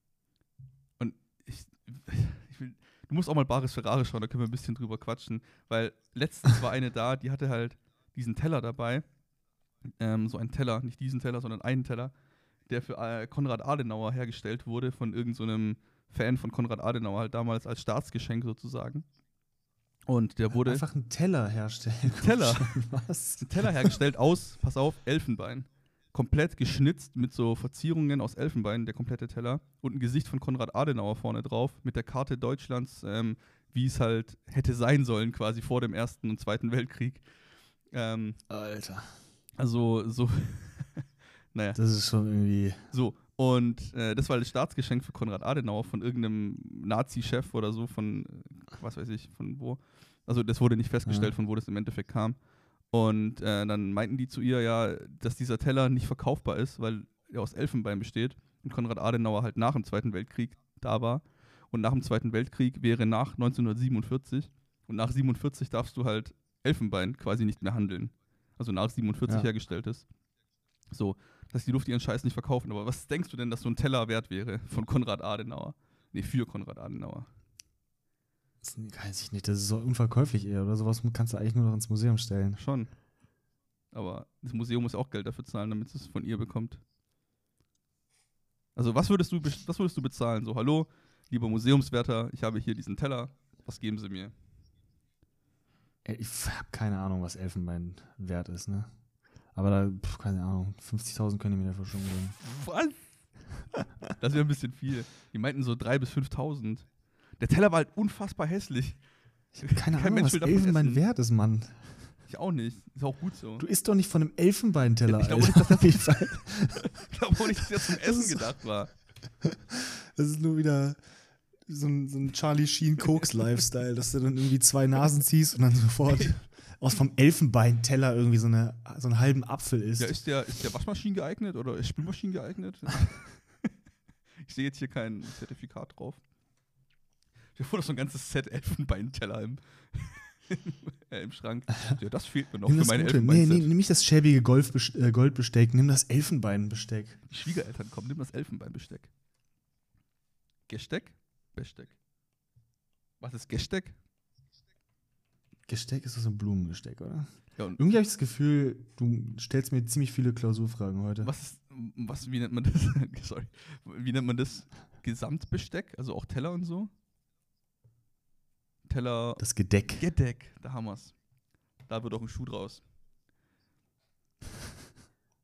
Und ich, ich will, du musst auch mal Bares Ferrari schauen, da können wir ein bisschen drüber quatschen, weil letztens war eine da, die hatte halt diesen Teller dabei, ähm, so einen Teller, nicht diesen Teller, sondern einen Teller, der für äh, Konrad Adenauer hergestellt wurde, von irgend so einem Fan von Konrad Adenauer, halt damals als Staatsgeschenk sozusagen. Und der wurde Einfach einen Teller herstellen. Teller. Was? ein Teller hergestellt aus, pass auf, Elfenbein. Komplett geschnitzt mit so Verzierungen aus Elfenbein, der komplette Teller. Und ein Gesicht von Konrad Adenauer vorne drauf, mit der Karte Deutschlands, ähm, wie es halt hätte sein sollen, quasi vor dem Ersten und Zweiten Weltkrieg. Ähm, Alter. also so, naja, Das ist schon irgendwie. so. Und äh, das war das Staatsgeschenk für Konrad Adenauer von irgendeinem Nazi-Chef oder so, von, äh, was weiß ich, von wo. Also das wurde nicht festgestellt, Ja. von wo das im Endeffekt kam. Und äh, dann meinten die zu ihr ja, dass dieser Teller nicht verkaufbar ist, weil er aus Elfenbein besteht und Konrad Adenauer halt nach dem Zweiten Weltkrieg da war. Und nach dem Zweiten Weltkrieg wäre nach neunzehnhundertsiebenundvierzig. Und nach siebenundvierzig darfst du halt Elfenbein quasi nicht mehr handeln. Also nach siebenundvierzig Ja. hergestellt ist. So, dass die Luft ihren Scheiß nicht verkaufen. Aber was denkst du denn, dass so ein Teller wert wäre von Konrad Adenauer? Nee, für Konrad Adenauer. Das weiß ich nicht. Das ist so unverkäuflich eher, oder? Sowas kannst du eigentlich nur noch ins Museum stellen. Schon. Aber das Museum muss auch Geld dafür zahlen, damit es von ihr bekommt. Also was würdest du, be- was würdest du bezahlen? So, hallo, lieber Museumswärter, ich habe hier diesen Teller, was geben Sie mir? Ey, Ich habe keine Ahnung, was Elfenbein wert ist, ne? Aber da, pf, keine Ahnung, fünfzigtausend können die mir dafür schon geben. Was? Das wäre ein bisschen viel. Die meinten so dreitausend bis fünftausend. Der Teller war halt unfassbar hässlich. Ich hab keine Kein Ahnung, Mensch was will davon Elfenbein essen. wert ist, Mann. Ich auch nicht. Ist auch gut so. Du isst doch nicht von einem Elfenbeinteller, Ich glaube Alter. nicht, dass Wie weit- Ich glaube auch nicht, dass der zum Essen ist- gedacht war. Das ist nur wieder so ein, so ein Charlie Sheen Koks-Lifestyle, dass du dann irgendwie zwei Nasen ziehst und dann sofort aus vom Elfenbeinteller irgendwie so, eine, so einen halben Apfel isst. Ja, ist der, ist der Waschmaschinen geeignet oder ist Spülmaschinen geeignet? Ich sehe jetzt hier kein Zertifikat drauf. Hier wurde so ein ganzes Set Elfenbeinteller im, äh, im Schrank. Ja, das fehlt mir noch Nimm für das meine Gute. Nee, Elfenbeinset. nee, nimm nicht das schäbige Golfbest- äh, Goldbesteck, nimm das Elfenbeinbesteck. Die Schwiegereltern kommen, nimm das Elfenbeinbesteck. Gesteck? Besteck. Was ist Gesteck? Gesteck ist doch so ein Blumengesteck, oder? Ja, und Irgendwie habe ich das Gefühl, du stellst mir ziemlich viele Klausurfragen heute. was ist, was, wie nennt man das? Sorry. Wie nennt man das? Gesamtbesteck? Also auch Teller und so? Teller. Das Gedeck. Gedeck, da haben wir's. Da wird auch ein Schuh draus.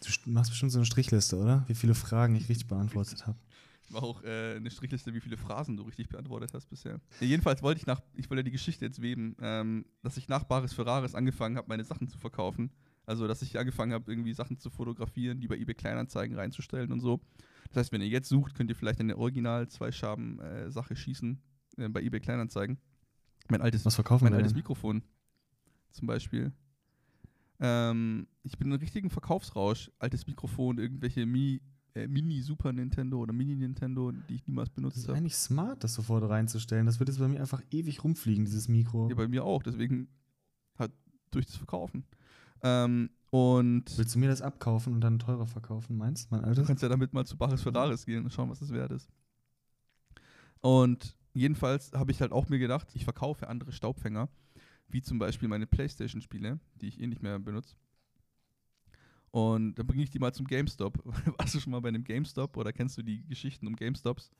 best- machst bestimmt so eine Strichliste, oder? Wie viele Fragen ich richtig beantwortet habe. Ich mache auch äh, eine Strichliste, wie viele Phrasen du richtig beantwortet hast bisher. Ja, jedenfalls wollte ich nach, ich wollte ja die Geschichte jetzt weben, ähm, dass ich nach Bares für Rares angefangen habe, meine Sachen zu verkaufen. Also, dass ich angefangen habe, irgendwie Sachen zu fotografieren, die bei eBay Kleinanzeigen reinzustellen und so. Das heißt, wenn ihr jetzt sucht, könnt ihr vielleicht eine Original zwei Schaben äh, Sache schießen äh, bei eBay Kleinanzeigen. Mein altes, Was verkaufen mein wir altes denn? Mikrofon zum Beispiel. Ähm, ich bin in einem richtigen Verkaufsrausch. Altes Mikrofon, irgendwelche Mi, äh, Mini-Super Nintendo oder Mini-Nintendo, die ich niemals Das benutzt ist habe. eigentlich smart, das sofort reinzustellen. Das wird jetzt bei mir einfach ewig rumfliegen, dieses Mikro. Ja, bei mir auch, deswegen halt durch das Verkaufen. Ähm, und Willst du mir das abkaufen und dann teurer verkaufen, meinst du, mein du altes? kannst ja damit mal zu Bares für Rares gehen und schauen, was das wert ist. Und jedenfalls habe ich halt auch mir gedacht, ich verkaufe andere Staubfänger, wie zum Beispiel meine PlayStation-Spiele, die ich eh nicht mehr benutze. Und dann bringe ich die mal zum GameStop. Warst du schon mal bei einem GameStop oder kennst du die Geschichten um GameStops?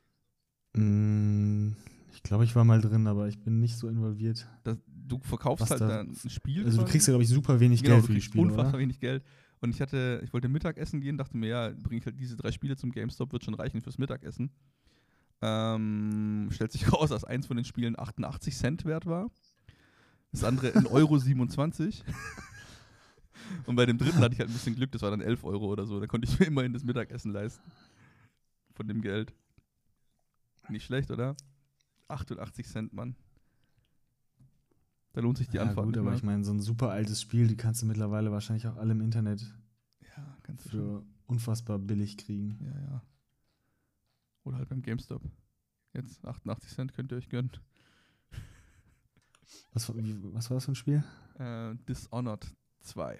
Mm, ich glaube, ich war mal drin, aber ich bin nicht so involviert. Das, du verkaufst Was halt da- dann ein Spiel. Also du quasi. kriegst ja, glaube ich, super wenig Genau, Geld du für die kriegst Spiele, unfassbar oder? wenig Geld. Und ich hatte, ich wollte Mittagessen gehen, dachte mir, ja, bringe ich halt diese drei Spiele zum GameStop, wird schon reichen fürs Mittagessen. Ähm, stellt sich raus, dass eins von den Spielen achtundachtzig Cent wert war. Das andere ein Euro siebenundzwanzig. Und bei dem dritten hatte ich halt ein bisschen Glück, das war dann elf Euro oder so. Da konnte ich mir immerhin das Mittagessen leisten. Von dem Geld. Nicht schlecht, oder? achtundachtzig Cent, Mann. Da lohnt sich die Ja Anfahrt gut, nicht aber mal. ich meine, so ein super altes Spiel, die kannst du mittlerweile wahrscheinlich auch alle im Internet Ja, kannst du schon. für unfassbar billig kriegen. Ja, ja. Oder halt beim GameStop. Jetzt achtundachtzig Cent könnt ihr euch gönnen. Was, war- wie, was war das für ein Spiel? Äh, Dishonored zwei.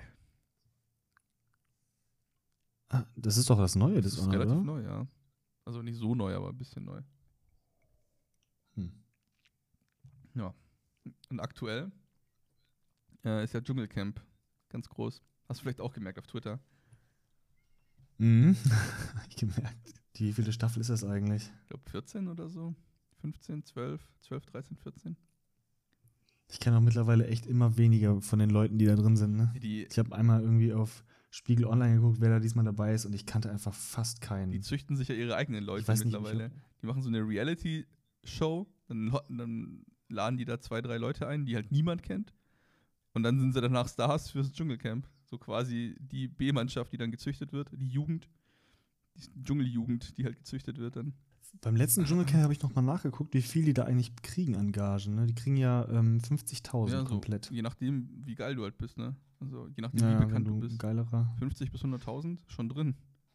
Ah, das ist doch das Neue, Das das ist Honor, relativ oder? neu, ja. Also nicht so neu, aber ein bisschen neu. Hm. Ja. Und aktuell äh, ist ja Dschungelcamp ganz groß. Hast du vielleicht auch gemerkt auf Twitter. Mhm. Hab ich gemerkt. Die, wie viele Staffel ist das eigentlich? Ich glaube vierzehn oder so. fünfzehn, zwölf, zwölf, dreizehn, vierzehn. Ich kenne auch mittlerweile echt immer weniger von den Leuten, die da drin sind. Ne? Die, Ich habe einmal irgendwie auf Spiegel Online geguckt, wer da diesmal dabei ist, und ich kannte einfach fast keinen. die züchten sich ja ihre eigenen Leute Ich weiß nicht, mittlerweile. Die machen so eine Reality-Show, dann, lo- dann laden die da zwei, drei Leute ein, die halt niemand kennt. Und dann sind sie danach Stars fürs Dschungelcamp. So quasi die B-Mannschaft, die dann gezüchtet wird, die Jugend, die Dschungeljugend, die halt gezüchtet wird dann. Beim letzten Dschungelcamp habe ich nochmal nachgeguckt, wie viel die da eigentlich kriegen an Gagen. Ne? Die kriegen ja ähm, fünfzigtausend Ja, so, komplett. je nachdem, wie geil du halt bist, ne? Also je nachdem, Ja, wie wenn bekannt du du ein bist. geilerer. fünfzig bis hunderttausend, schon drin.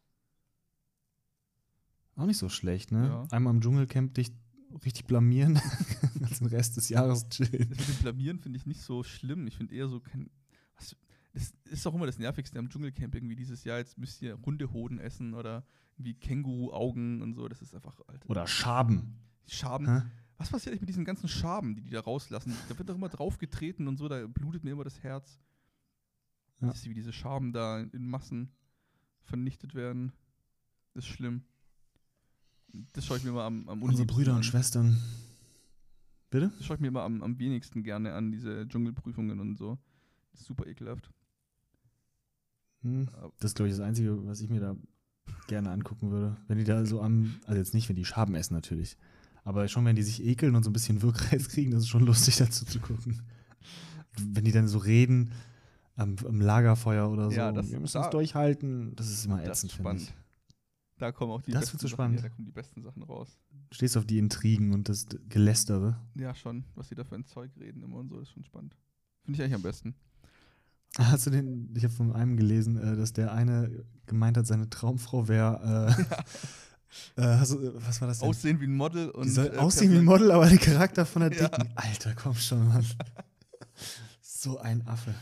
Auch nicht so schlecht, ne? Ja. Einmal im Dschungelcamp dich richtig blamieren, den Rest des Jahres chillen. Das mit dem Blamieren finde ich nicht so schlimm. Ich finde eher so kein. Was, das ist auch immer das Nervigste am Dschungelcamp irgendwie dieses Jahr. Jetzt müsst ihr Hundehoden essen oder irgendwie Känguru-Augen und so. Das ist einfach, Alter. Oder Schaben. Schaben. Hä? Was passiert eigentlich mit diesen ganzen Schaben, die die da rauslassen? Da wird doch immer draufgetreten und so, da blutet mir immer das Herz. Ja. Siehst du, wie diese Schaben da in Massen vernichtet werden. Das ist schlimm. Das schaue ich mir mal am, am Unsere unliebsten Brüder und an. Schwestern. Bitte? Das schaue ich mir immer am, am wenigsten gerne an, diese Dschungelprüfungen und so. Das ist super ekelhaft. Hm. Aber- Das ist, glaube ich, das Einzige, was ich mir da gerne angucken würde. Wenn die da so am, also jetzt nicht, wenn die Schaben essen natürlich, aber schon, wenn die sich ekeln und so ein bisschen Wirkreiz kriegen, das ist schon lustig dazu zu gucken. Wenn die dann so reden am, am Lagerfeuer oder so, Ja, das- wir müssen da- uns durchhalten, das ist immer Das ätzend, ist finde ich. spannend. Da kommen auch die Das besten wird so Sachen, spannend. Ja, da kommen die besten Sachen raus. Du stehst auf die Intrigen und das Gelästere. Ja, schon. Was sie da für ein Zeug reden immer und so, das ist schon spannend. Finde ich eigentlich am besten. Hast du den, ich habe von einem gelesen, äh, dass der eine gemeint hat, seine Traumfrau wäre, äh, äh, hast du, was war das denn? Aussehen wie ein Model und. Die soll äh, aussehen wie ein Person- Model, aber der Charakter von der Ja. Dicken. Alter, komm schon, Mann. So ein Affe.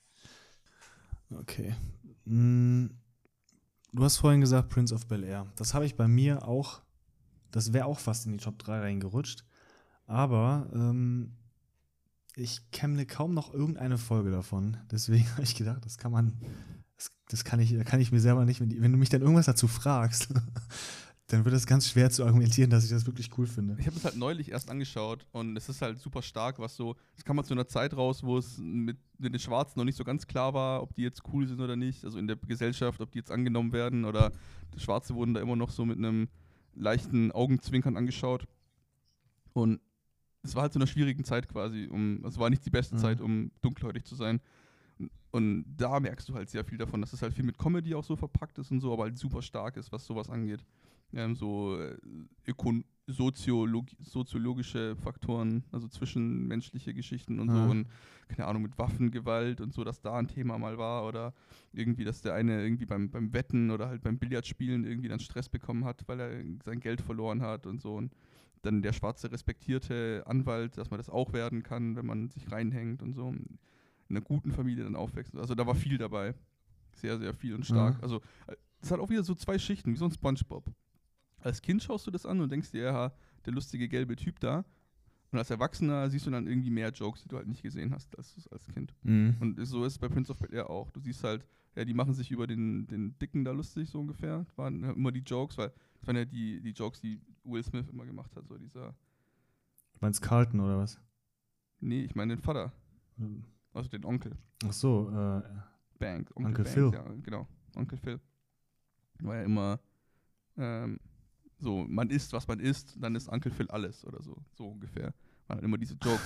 Okay. Mm, Du hast vorhin gesagt Prince of Bel-Air. Das habe ich bei mir auch, das wäre auch fast in die Top drei reingerutscht. Aber ähm, ich kenne kaum noch irgendeine Folge davon. Deswegen habe ich gedacht, das kann man, das, das kann ich, da kann ich mir selber nicht, wenn, die- wenn du mich dann irgendwas dazu fragst, dann wird es ganz schwer zu argumentieren, dass ich das wirklich cool finde. Ich habe es halt neulich erst angeschaut und es ist halt super stark, was so, es kam mal zu einer Zeit raus, wo es mit, mit den Schwarzen noch nicht so ganz klar war, ob die jetzt cool sind oder nicht, also in der Gesellschaft, ob die jetzt angenommen werden oder die Schwarze wurden da immer noch so mit einem leichten Augenzwinkern angeschaut und es war halt so eine schwierigen Zeit quasi, um, es war nicht die beste Mhm. Zeit, um dunkelhäutig zu sein. Und da merkst du halt sehr viel davon, dass es halt viel mit Comedy auch so verpackt ist und so, aber halt super stark ist, was sowas angeht. Ähm, so äh, ökon- Soziolog- soziologische Faktoren, also zwischenmenschliche Geschichten und Mhm. so und keine Ahnung, mit Waffengewalt und so, dass da ein Thema mal war oder irgendwie, dass der eine irgendwie beim, beim Wetten oder halt beim Billardspielen irgendwie dann Stress bekommen hat, weil er sein Geld verloren hat und so und dann der schwarze respektierte Anwalt, dass man das auch werden kann, wenn man sich reinhängt und so. In einer guten Familie dann aufwächst. Also da war viel dabei. Sehr, sehr viel und stark. Mhm. Also es hat auch wieder so zwei Schichten, wie so ein SpongeBob. Als Kind schaust du das an und denkst dir, ja, der lustige gelbe Typ da. Und als Erwachsener siehst du dann irgendwie mehr Jokes, die du halt nicht gesehen hast als, als Kind. Mhm. Und so ist es bei Prince of Bel-Air auch. Du siehst halt, ja, die machen sich über den, den Dicken da lustig, so ungefähr. Das waren ja immer die Jokes, weil das waren ja die, die Jokes, die Will Smith immer gemacht hat. So dieser, Du meinst Carlton oder was? nee, ich meine den Vater, also den Onkel. Ach so, äh, Bank, Onkel, Onkel Banks, Phil. ja, genau, Onkel Phil. War ja immer ähm, so, man isst, was man isst, dann ist Onkel Phil alles oder so, so ungefähr. Man hat immer diese Jokes.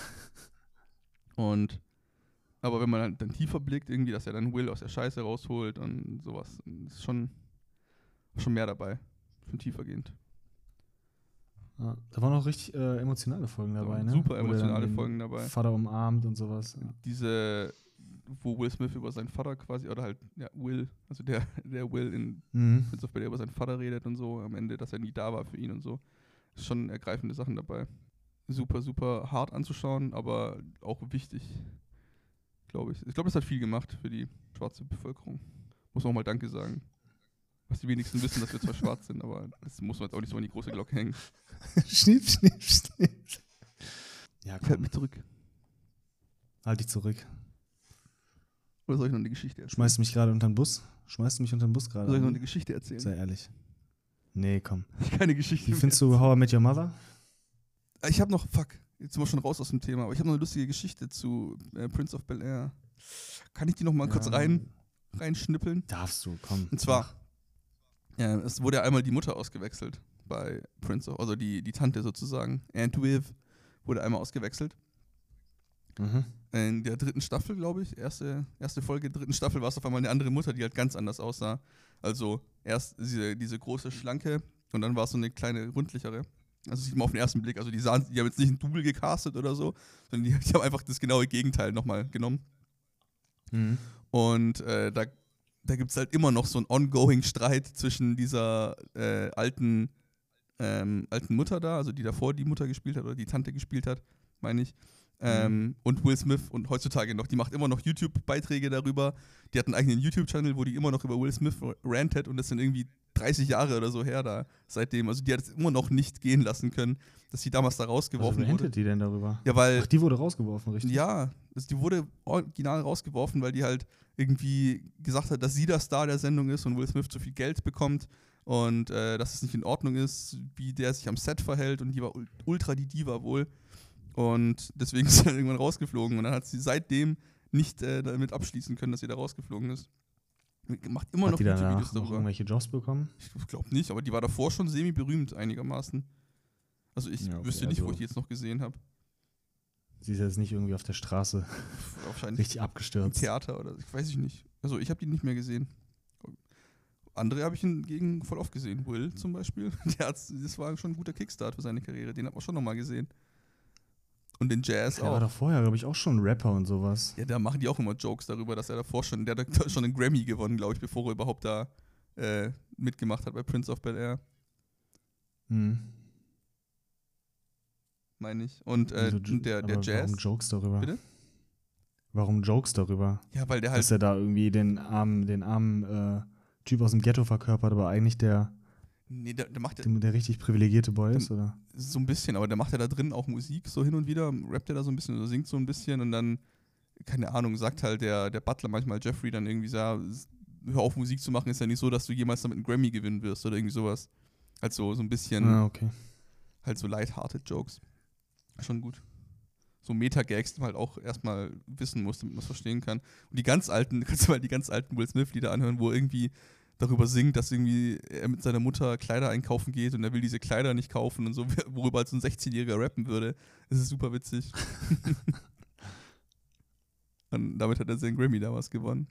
Und, aber wenn man halt dann tiefer blickt, irgendwie, dass er dann Will aus der Scheiße rausholt und sowas, ist schon, schon mehr dabei, schon tiefergehend. ja, da waren auch richtig äh, emotionale Folgen Da dabei, waren ne? super Wo der dann emotionale den Folgen dabei. Vater umarmt und sowas. Ja. Diese, wo Will Smith über seinen Vater quasi, oder halt, ja, Will, also der, der Will in Mhm. Prince of Bel-Air über seinen Vater redet und so, am Ende, dass er nie da war für ihn und so. Ist schon ergreifende Sachen dabei. Super, super hart anzuschauen, aber auch wichtig, glaube ich. Ich glaube, das hat viel gemacht für die schwarze Bevölkerung. Muss man auch mal Danke sagen. Was die wenigsten wissen, dass wir zwar schwarz sind, aber das muss man jetzt auch nicht so an die große Glocke hängen. schnipp, schnipp, schnipp. Ja, Ich halte komm, mich zurück. halt dich zurück. Oder soll ich noch eine Geschichte erzählen? Schmeißt du mich gerade unter den Bus? Schmeißt du mich unter den Bus gerade? Soll ich noch eine an? Geschichte erzählen? Sei ehrlich. Nee, komm. Keine Geschichte. Wie mehr. findest du How I Met Your Mother? Ich habe noch, fuck, jetzt sind wir schon raus aus dem Thema, aber ich habe noch eine lustige Geschichte zu äh, Prince of Bel-Air. Kann ich die noch mal kurz Ja, rein, reinschnippeln? Darfst du, komm. Und zwar, ja, es wurde ja einmal die Mutter ausgewechselt bei Prince of, also die, die Tante sozusagen. Aunt Viv wurde einmal ausgewechselt. Mhm. In der dritten Staffel, glaube ich, erste, erste Folge der dritten Staffel war es auf einmal eine andere Mutter, die halt ganz anders aussah. Also erst diese, diese große, schlanke und dann war es so eine kleine, rundlichere. Also sieht man auf den ersten Blick, also die sahen, die haben jetzt nicht ein Double gecastet oder so, sondern die, die haben einfach das genaue Gegenteil nochmal genommen. Mhm. Und äh, da, da gibt es halt immer noch so einen ongoing Streit zwischen dieser äh, alten, ähm, alten Mutter da, also die davor die Mutter gespielt hat oder die Tante gespielt hat, meine ich. Ähm, Mhm. und Will Smith und heutzutage noch, die macht immer noch YouTube-Beiträge darüber. Die hat einen eigenen YouTube-Channel, wo die immer noch über Will Smith rantet und das sind irgendwie dreißig Jahre oder so her da seitdem. Also die hat es immer noch nicht gehen lassen können, dass sie damals da Also, rausgeworfen wer wurde. rentet die denn darüber? Ja, weil Ach, die wurde rausgeworfen, richtig? ja, also die wurde original rausgeworfen, weil die halt irgendwie gesagt hat, dass sie der Star der Sendung ist und Will Smith zu viel Geld bekommt und äh, dass es nicht in Ordnung ist, wie der sich am Set verhält und die war ul- ultra die Diva wohl und deswegen ist sie dann irgendwann rausgeflogen und dann hat sie seitdem nicht äh, damit abschließen können, dass sie da rausgeflogen ist. Macht immer Hat noch die danach YouTube-Videos noch darüber. irgendwelche Jobs bekommen? Ich glaube nicht, aber die war davor schon semi-berühmt einigermaßen. Also ich Ja, okay, wüsste nicht, wo also- ich die jetzt noch gesehen habe. Sie ist jetzt nicht irgendwie auf der Straße Wahrscheinlich richtig im abgestürzt. Theater oder ich weiß ich nicht. Also ich habe die nicht mehr gesehen. Andere habe ich hingegen voll oft gesehen. Will zum Beispiel. Der hat's, das war schon ein guter Kickstart für seine Karriere. Den hat man schon nochmal gesehen. Und den Jazz Der war auch. doch vorher, glaube ich, auch schon Rapper und sowas. Ja, da machen die auch immer Jokes darüber, dass er davor schon, der hat da schon einen Grammy gewonnen, glaube ich, bevor er überhaupt da äh, mitgemacht hat bei Prince of Bel-Air, Hm. meine ich. Und äh, Wieso Jo- der, der aber Jazz. Warum Jokes darüber? Bitte? Warum Jokes darüber? Ja, weil der halt. Dass er da irgendwie den armen, den armen äh, Typ aus dem Ghetto verkörpert, aber eigentlich der, Nee, der, der macht ja der, der richtig privilegierte Boy ist, oder? so ein bisschen, aber der macht ja da drin auch Musik so hin und wieder, rappt er da so ein bisschen oder singt so ein bisschen und dann, keine Ahnung, sagt halt der, der Butler manchmal Jeffrey dann irgendwie so, ja, hör auf Musik zu machen, ist ja nicht so, dass du jemals damit einen Grammy gewinnen wirst oder irgendwie sowas. Halt so, so ein bisschen, Ah, okay. halt so lighthearted Jokes. Schon gut. So Meta-Gags, die man halt auch erstmal wissen muss, damit man es verstehen kann. Und die ganz alten, kannst du mal die ganz alten Will Smith-Lieder anhören, wo er irgendwie darüber singt, dass irgendwie er mit seiner Mutter Kleider einkaufen geht und er will diese Kleider nicht kaufen und so, worüber halt so ein sechzehnjähriger rappen würde. Das ist super witzig. Und damit hat er seinen Grammy damals gewonnen.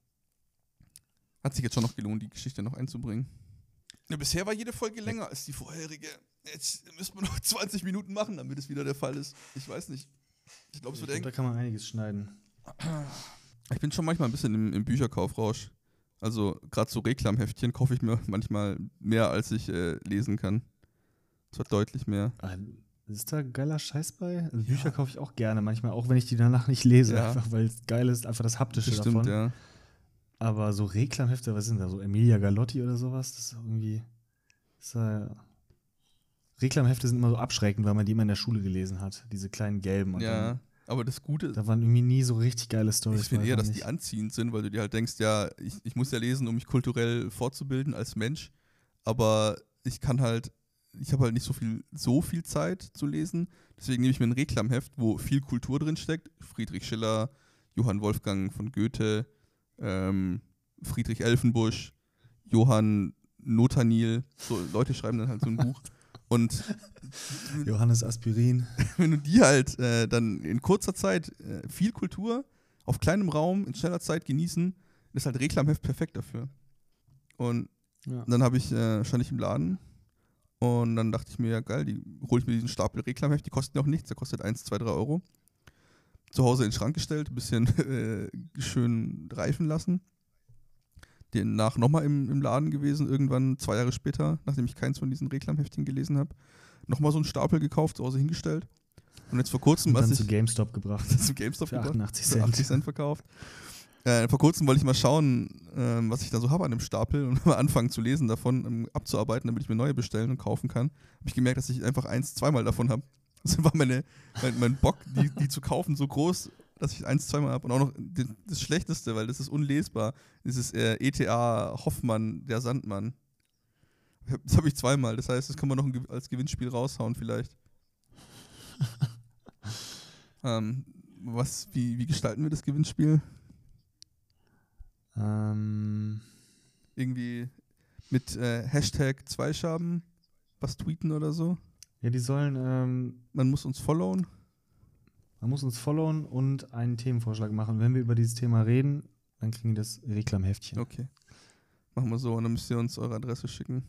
Hat sich jetzt schon noch gelohnt, die Geschichte noch einzubringen. Ja, bisher war jede Folge länger als die vorherige. Jetzt müssen wir noch zwanzig Minuten machen, damit es wieder der Fall ist. Ich weiß nicht. Ich glaube, es wird eng. Da kann man einiges schneiden. Ich bin schon manchmal ein bisschen im, im Bücherkaufrausch. Also gerade so Reklamheftchen kaufe ich mir manchmal mehr, als ich äh, lesen kann. Das wird deutlich mehr. Ah, ist da geiler Scheiß bei? Also Bücher kaufe ich auch gerne, manchmal auch, wenn ich die danach nicht lese. Ja. Einfach, weil es geil ist, einfach das Haptische Das stimmt, davon. ja. Aber so Reklamhefte, was sind da? So Emilia Galotti oder sowas? Das ist irgendwie. Das ist, äh, Reklamhefte sind immer so abschreckend, weil man die immer in der Schule gelesen hat. Diese kleinen gelben. Und Ja, dann, aber das Gute da waren irgendwie nie so richtig geile Storys. ich finde eher, dass nicht. die anziehend sind, weil du dir halt denkst, ja, ich, ich muss ja lesen, um mich kulturell fortzubilden als Mensch, aber ich kann halt, ich habe halt nicht so viel, so viel Zeit zu lesen, deswegen nehme ich mir ein Reklamheft, wo viel Kultur drin steckt, Friedrich Schiller, Johann Wolfgang von Goethe, ähm, Friedrich Elfenbusch, Johann Nothanil, so Leute schreiben dann halt so ein Buch und Johannes Aspirin. wenn du die halt äh, dann in kurzer Zeit äh, viel Kultur auf kleinem Raum in schneller Zeit genießen, ist halt Reklamheft perfekt dafür. Und Ja. dann habe ich, äh, stand ich im Laden und dann dachte ich mir, ja geil, die hole ich mir diesen Stapel Reklamheft, die kosten auch nichts, der kostet eins, zwei, drei Euro. Zu Hause in den Schrank gestellt, ein bisschen äh, schön reifen lassen. Den nach nochmal im, im Laden gewesen, irgendwann zwei Jahre später, nachdem ich keins von diesen Reklamheftchen gelesen habe. Nochmal so einen Stapel gekauft, zu Hause hingestellt. Und jetzt vor kurzem, Und dann als zu ich GameStop gebracht. zu GameStop Für gebracht, achtundachtzig für Cent. achtzig Cent verkauft. Äh, vor kurzem wollte ich mal schauen, ähm, was ich da so habe an dem Stapel und mal anfangen zu lesen davon, um abzuarbeiten, damit ich mir neue bestellen und kaufen kann. Habe ich gemerkt, dass ich einfach eins, zweimal davon habe. Also war meine, mein, mein Bock, die, die zu kaufen, so groß, dass ich eins, zweimal habe. Und auch noch die, das Schlechteste, weil das ist unlesbar, dieses äh, E T A Hoffmann, der Sandmann. Das habe ich zweimal, das heißt, das kann man noch ein, als Gewinnspiel raushauen vielleicht. ähm, was, wie, wie gestalten wir das Gewinnspiel? Ähm, Irgendwie mit äh, Hashtag Zweischaben was tweeten oder so. ja, die sollen, ähm, Man muss uns followen. man muss uns followen und einen Themenvorschlag machen. Wenn wir über dieses Thema reden, dann kriegen die das Reklamheftchen. Okay. Machen wir so und dann müsst ihr uns eure Adresse schicken.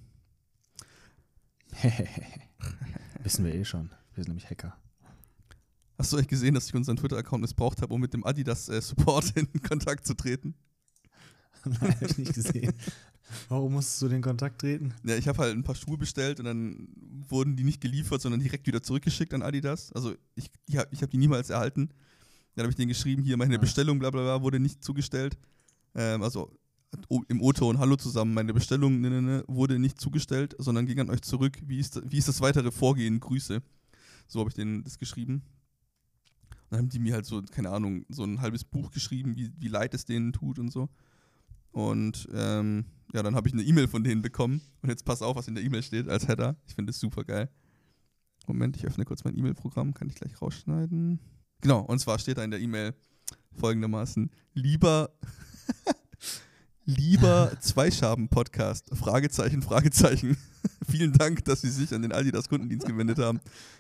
Wissen wir eh schon. Wir sind nämlich Hacker. Hast du euch gesehen, dass ich unseren Twitter-Account missbraucht habe, um mit dem Adidas-Support äh, in Kontakt zu treten? Nein, hab ich nicht gesehen. Warum musstest du den Kontakt treten? Ja, ich habe halt ein paar Schuhe bestellt und dann wurden die nicht geliefert, sondern direkt wieder zurückgeschickt an Adidas. Also ich, ich habe ich hab die niemals erhalten. Dann habe ich denen geschrieben, hier meine Ah. Bestellung, bla bla bla, wurde nicht zugestellt. Ähm, also o- im O-Ton, hallo zusammen, meine Bestellung ne, ne, ne, wurde nicht zugestellt, sondern ging an euch zurück. Wie ist, wie ist das weitere Vorgehen? Grüße. So habe ich denen das geschrieben. Und dann haben die mir halt so, keine Ahnung, so ein halbes Buch geschrieben, wie, wie leid es denen tut und so. Und ähm, ja, dann habe ich eine E-Mail von denen bekommen. Und jetzt pass auf, was in der E-Mail steht als Header. Ich finde das super geil. Moment, ich öffne kurz mein E-Mail-Programm. Kann ich gleich rausschneiden. Genau, und zwar steht da in der E-Mail folgendermaßen: Lieber, lieber Zweischaben-Podcast, Fragezeichen, Fragezeichen. Vielen Dank, dass Sie sich an den Adidas Kundendienst gewendet haben.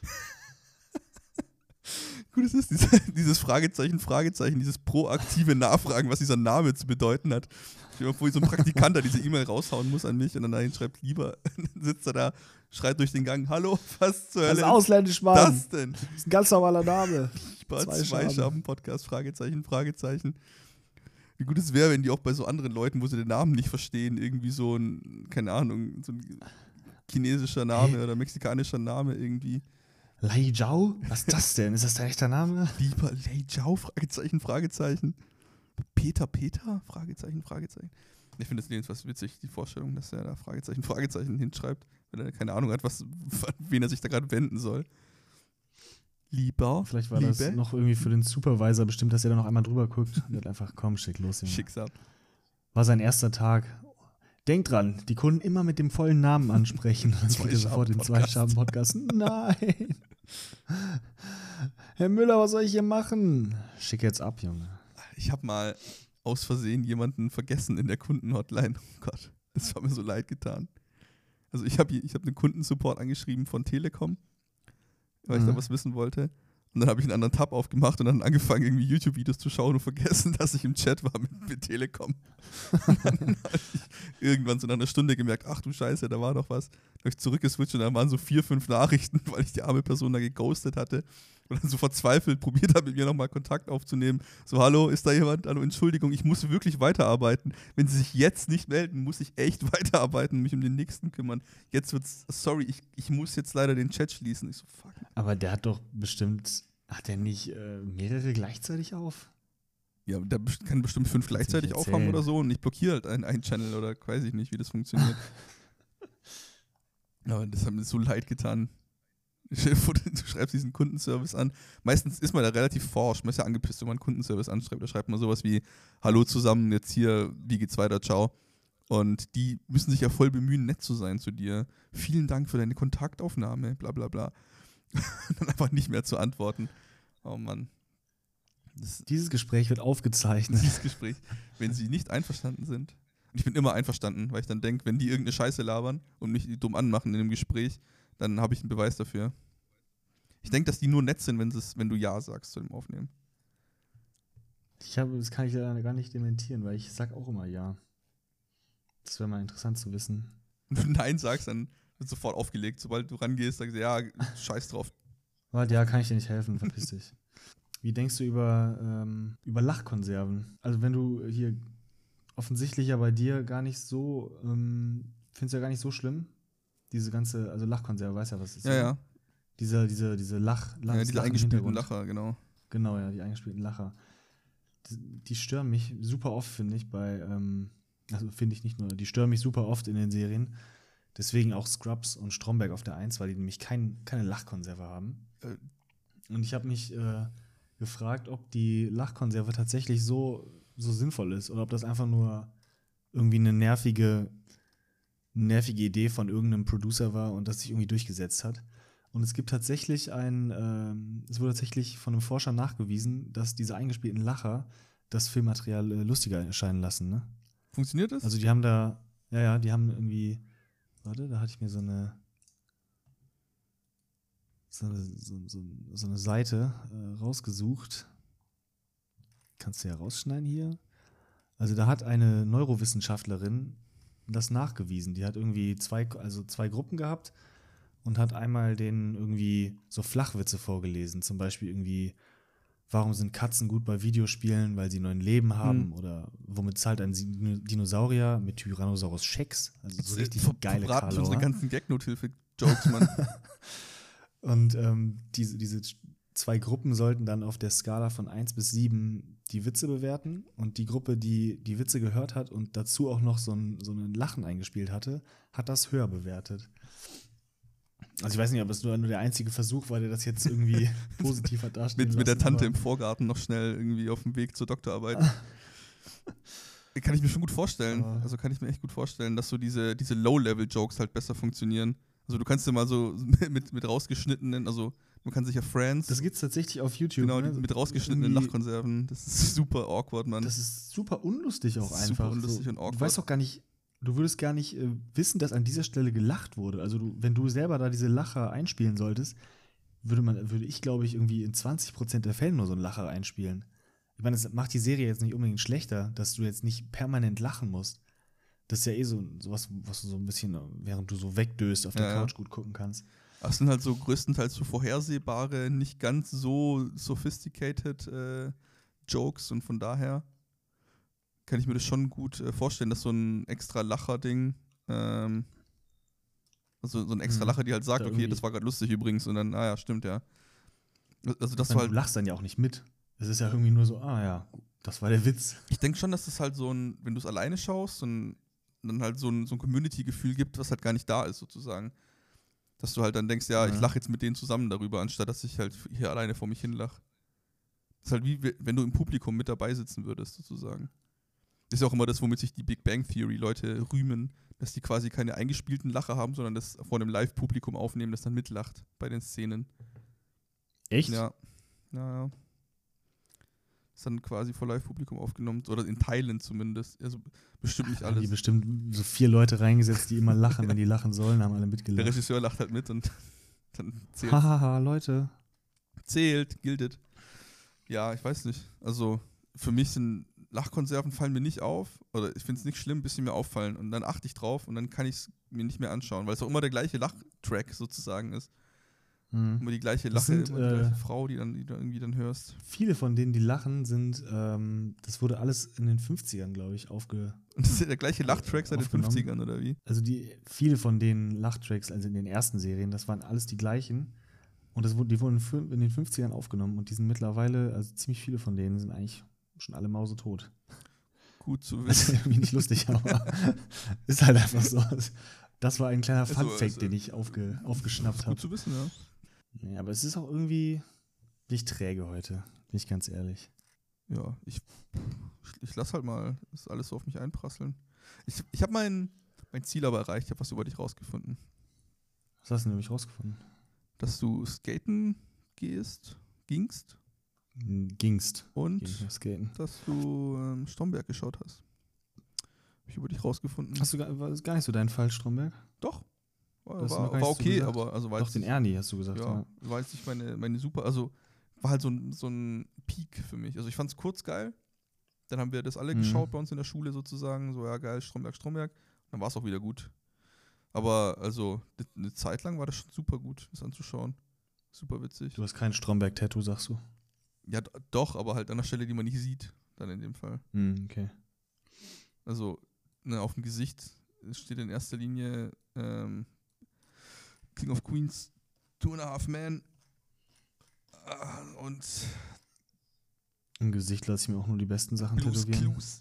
Gut, es ist dieses, dieses Fragezeichen, Fragezeichen, dieses proaktive Nachfragen, was dieser Name zu bedeuten hat. Ich stell mir vor, wie so ein Praktikant da diese E-Mail raushauen muss an mich und dann dahin schreibt, lieber, dann sitzt er da, schreit durch den Gang, hallo, was zur Das Hölle ist ausländisch, Mann. das denn? Das ist ein ganz normaler Name. Lieber Zweischaben. Zweischaben-Podcast, Fragezeichen, Fragezeichen. Wie gut es wäre, wenn die auch bei so anderen Leuten, wo sie den Namen nicht verstehen, irgendwie so ein, keine Ahnung, so ein chinesischer Name Hey. oder mexikanischer Name irgendwie. Lai Zhao? Was ist das denn? Ist das dein echter Name? Lieber Lei Zhao, Fragezeichen, Fragezeichen. Peter, Peter, Fragezeichen, Fragezeichen. Ich finde das jedenfalls witzig, die Vorstellung, dass er da Fragezeichen, Fragezeichen hinschreibt, weil er keine Ahnung hat, was, an wen er sich da gerade wenden soll. Lieber, Vielleicht war Liebe, das noch irgendwie für den Supervisor bestimmt, dass er da noch einmal drüber guckt. Und hat einfach, komm, schick los, Junge. Schicksal. War sein erster Tag. Denk dran, die Kunden immer mit dem vollen Namen ansprechen. Dann geht er sofort in zwei Schaben Podcast. Nein. Herr Müller, was soll ich hier machen? Schick jetzt ab, Junge. Ich habe mal aus Versehen jemanden vergessen in der Kundenhotline. Oh Gott, das war mir so leid getan. Also ich habe ich hab einen Kundensupport angeschrieben von Telekom, weil ich Mhm. da was wissen wollte. Und dann habe ich einen anderen Tab aufgemacht und dann angefangen, irgendwie YouTube-Videos zu schauen und vergessen, dass ich im Chat war mit, mit Telekom. Und dann habe ich irgendwann so nach einer Stunde gemerkt, ach du Scheiße, da war doch was. Dann habe ich zurückgeswitcht und dann waren so vier, fünf Nachrichten, weil ich die arme Person da geghostet hatte. Und dann so verzweifelt probiert habe, mit mir nochmal Kontakt aufzunehmen. So, hallo, ist da jemand? Hallo, Entschuldigung, ich muss wirklich weiterarbeiten. Wenn Sie sich jetzt nicht melden, muss ich echt weiterarbeiten und mich um den nächsten kümmern. Jetzt wird's, sorry, ich, ich muss jetzt leider den Chat schließen. Ich so, fuck. Aber der hat doch bestimmt, hat der nicht äh, mehrere gleichzeitig auf? Ja, der best- kann bestimmt fünf gleichzeitig nicht aufhaben erzählen. oder so und ich blockiere halt einen, einen Channel oder weiß ich nicht, wie das funktioniert. Aber das hat mir so leid getan. Stell dir vor, du schreibst diesen Kundenservice an. Meistens ist man da relativ forsch. Man ist ja angepisst, wenn man einen Kundenservice anschreibt. Da schreibt man sowas wie: Hallo zusammen, jetzt hier, wie geht's weiter, ciao. Und die müssen sich ja voll bemühen, nett zu sein zu dir. Vielen Dank für deine Kontaktaufnahme, bla bla bla. Und dann einfach nicht mehr zu antworten. Oh Mann. Das, Dieses Gespräch wird aufgezeichnet. dieses Gespräch, wenn sie nicht einverstanden sind. Und ich bin immer einverstanden, weil ich dann denke, wenn die irgendeine Scheiße labern und mich dumm anmachen in dem Gespräch, dann habe ich einen Beweis dafür. Ich denke, dass die nur nett sind, wenn, wenn du Ja sagst zu dem Aufnehmen. Ich habe, das kann ich leider gar nicht dementieren, weil ich sag auch immer ja. Das wäre mal interessant zu wissen. Und wenn du Nein sagst, dann wird sofort aufgelegt. Sobald du rangehst, sagst du, ja, scheiß drauf. Warte, ja, kann ich dir nicht helfen, verpiss dich. Wie denkst du über, ähm, über Lachkonserven? Also wenn du hier offensichtlich ja bei dir gar nicht so, ähm, findest du ja gar nicht so schlimm, diese ganze, also Lachkonserve, weißt ja, was es ist. Ja, oder? ja. Diese, diese, diese Lach, Lach ja das diese Lachen im eingespielten Hintergrund. Lacher, genau. Genau, ja, die eingespielten Lacher. Die, die stören mich super oft, finde ich, bei, ähm, also finde ich nicht nur, die stören mich super oft in den Serien. Deswegen auch Scrubs und Stromberg auf der eins, weil die nämlich kein, keine Lachkonserve haben. Äh, Und ich habe mich äh, gefragt, ob die Lachkonserve tatsächlich so, so sinnvoll ist oder ob das einfach nur irgendwie eine nervige, nervige Idee von irgendeinem Producer war und das sich irgendwie durchgesetzt hat. Und es gibt tatsächlich ein, ähm, es wurde tatsächlich von einem Forscher nachgewiesen, dass diese eingespielten Lacher das Filmmaterial äh, lustiger erscheinen lassen. Ne? Funktioniert das? Also die haben da, ja, ja, die haben irgendwie, warte, da hatte ich mir so eine so eine, so, so, so eine Seite äh, rausgesucht. Kannst du ja rausschneiden hier. Also da hat eine Neurowissenschaftlerin das nachgewiesen. Die hat irgendwie zwei, also zwei Gruppen gehabt und hat einmal denen irgendwie so Flachwitze vorgelesen. Zum Beispiel irgendwie, warum sind Katzen gut bei Videospielen, weil sie neun Leben haben? Hm. Oder womit zahlt ein Dinosaurier mit Tyrannosaurus Schecks? Also so richtig Ver- geile verbraten für unsere Karlauer. ganzen Gag-Nothilfe-Jokes, Mann. Und ähm, diese, diese zwei Gruppen sollten dann auf der Skala von eins bis sieben die Witze bewerten. Und die Gruppe, die die Witze gehört hat und dazu auch noch so ein, so ein Lachen eingespielt hatte, hat das höher bewertet. Also ich weiß nicht, ob es nur, nur der einzige Versuch war, der das jetzt irgendwie positiv hat darstellen mit, mit der lassen, Tante aber- im Vorgarten noch schnell irgendwie auf dem Weg zur Doktorarbeit. Kann ich mir schon gut vorstellen. Aber- Also kann ich mir echt gut vorstellen, dass so diese, diese Low-Level-Jokes halt besser funktionieren. Also du kannst dir mal so mit, mit rausgeschnittenen, also man kann sich ja Friends, Das gibt's tatsächlich auf YouTube. genau, ne? die, mit rausgeschnittenen Irgendwie- Lachkonserven, das ist super awkward, Mann. Das ist super unlustig auch Das ist einfach. super unlustig so, und awkward. Du weißt doch gar nicht, du würdest gar nicht äh, wissen, dass an dieser Stelle gelacht wurde. Also du, wenn du selber da diese Lacher einspielen solltest, würde man, würde ich, glaube ich, irgendwie in zwanzig Prozent der Fälle nur so einen Lacher einspielen. Ich meine, das macht die Serie jetzt nicht unbedingt schlechter, dass du jetzt nicht permanent lachen musst. Das ist ja eh so sowas, was du so ein bisschen, während du so wegdöst, auf der Ja, ja. Couch gut gucken kannst. Aber es sind halt so größtenteils so vorhersehbare, nicht ganz so sophisticated äh, Jokes und von daher kann ich mir das schon gut äh, vorstellen, dass so ein extra Lacher-Ding, ähm, also so ein extra Mhm. Lacher, die halt sagt, Da okay, irgendwie- das war gerade lustig übrigens und dann, ah ja, stimmt, ja. Also dass Ich du meine, halt, du lachst dann ja auch nicht mit. Es ist ja irgendwie nur so, ah ja, das war der Witz. ich denke schon, dass das halt so ein, wenn du es alleine schaust und dann halt so ein, so ein Community-Gefühl gibt, was halt gar nicht da ist sozusagen. Dass du halt dann denkst, ja, ich Ja. lache jetzt mit denen zusammen darüber, anstatt dass ich halt hier alleine vor mich hin lache. Das ist halt wie, wenn du im Publikum mit dabei sitzen würdest, sozusagen. Das ist ja auch immer das, womit sich die Big Bang Theory Leute rühmen, dass die quasi keine eingespielten Lacher haben, sondern das vor einem Live-Publikum aufnehmen, das dann mitlacht bei den Szenen. Echt? Ja. Ja. Ist dann quasi vor Live-Publikum aufgenommen. Oder in Teilen zumindest. Also bestimmt nicht Da haben alles. die bestimmt so vier Leute reingesetzt, die immer lachen, wenn die lachen sollen, haben alle Der mitgelacht. Regisseur lacht halt mit und dann zählt. Hahaha, Leute. Zählt, giltet. Ja, ich weiß nicht. Also für mich sind Lachkonserven fallen mir nicht auf. Oder ich finde es nicht schlimm, bis sie mir auffallen. Und dann achte ich drauf und dann kann ich es mir nicht mehr anschauen, weil es auch immer der gleiche Lachtrack sozusagen ist. Mhm. Immer die gleiche Das Lache, sind, immer die äh, gleiche Frau, die dann, die du irgendwie dann hörst. Viele von denen, die lachen, sind, ähm, das wurde alles in den fünfzigern, glaube ich, aufge... Und das ist ja der gleiche Lachtrack seit den Aufgenommen. fünfzigern, oder wie? Also die, viele von den Lachtracks, also in den ersten Serien, das waren alles die gleichen. Und das, wurde- die wurden fün- in den fünfzigern aufgenommen und die sind mittlerweile, also ziemlich viele von denen sind eigentlich schon alle mausetot. Gut zu Das wissen. ist irgendwie nicht lustig, aber ist halt einfach so. Das war ein kleiner Also, Fun-Fact, also, den ich aufge, aufgeschnappt Gut habe. zu wissen, ja. Ja, aber es ist auch irgendwie nicht träge heute, bin ich ganz ehrlich. Ja, ich, ich lass halt mal das alles so auf mich einprasseln. Ich, ich habe mein, mein Ziel aber erreicht, ich habe was über dich rausgefunden. Was hast du nämlich rausgefunden? Dass du skaten gehst, gingst Gingst. und Ging skaten. dass du ähm, Stromberg geschaut hast. Habe ich über dich rausgefunden. Hast du gar, war das gar nicht so dein Fall, Stromberg? Doch. War, Das hast du war, noch gar war nicht so okay, gesagt. aber also war Doch, jetzt den nicht- Ernie hast du gesagt. Ja, Ja. war jetzt nicht meine, meine super, also war halt so ein, so ein Peak für mich. Also ich fand es kurz geil. Dann haben wir das alle Mhm. geschaut bei uns in der Schule sozusagen. So, ja geil, Stromberg, Stromberg. Dann war es auch wieder gut. Aber also d- eine Zeit lang war das schon super gut, das anzuschauen. Super witzig. Du hast kein Stromberg-Tattoo, sagst du? Ja, d- doch, aber halt an der Stelle, die man nicht sieht, dann in dem Fall. Hm, okay. Also ne, auf dem Gesicht steht in erster Linie ähm, King of Queens, Two and a Half Men. Ah, und Im Gesicht lasse ich mir auch nur die besten Sachen Blues tätowieren. Clues.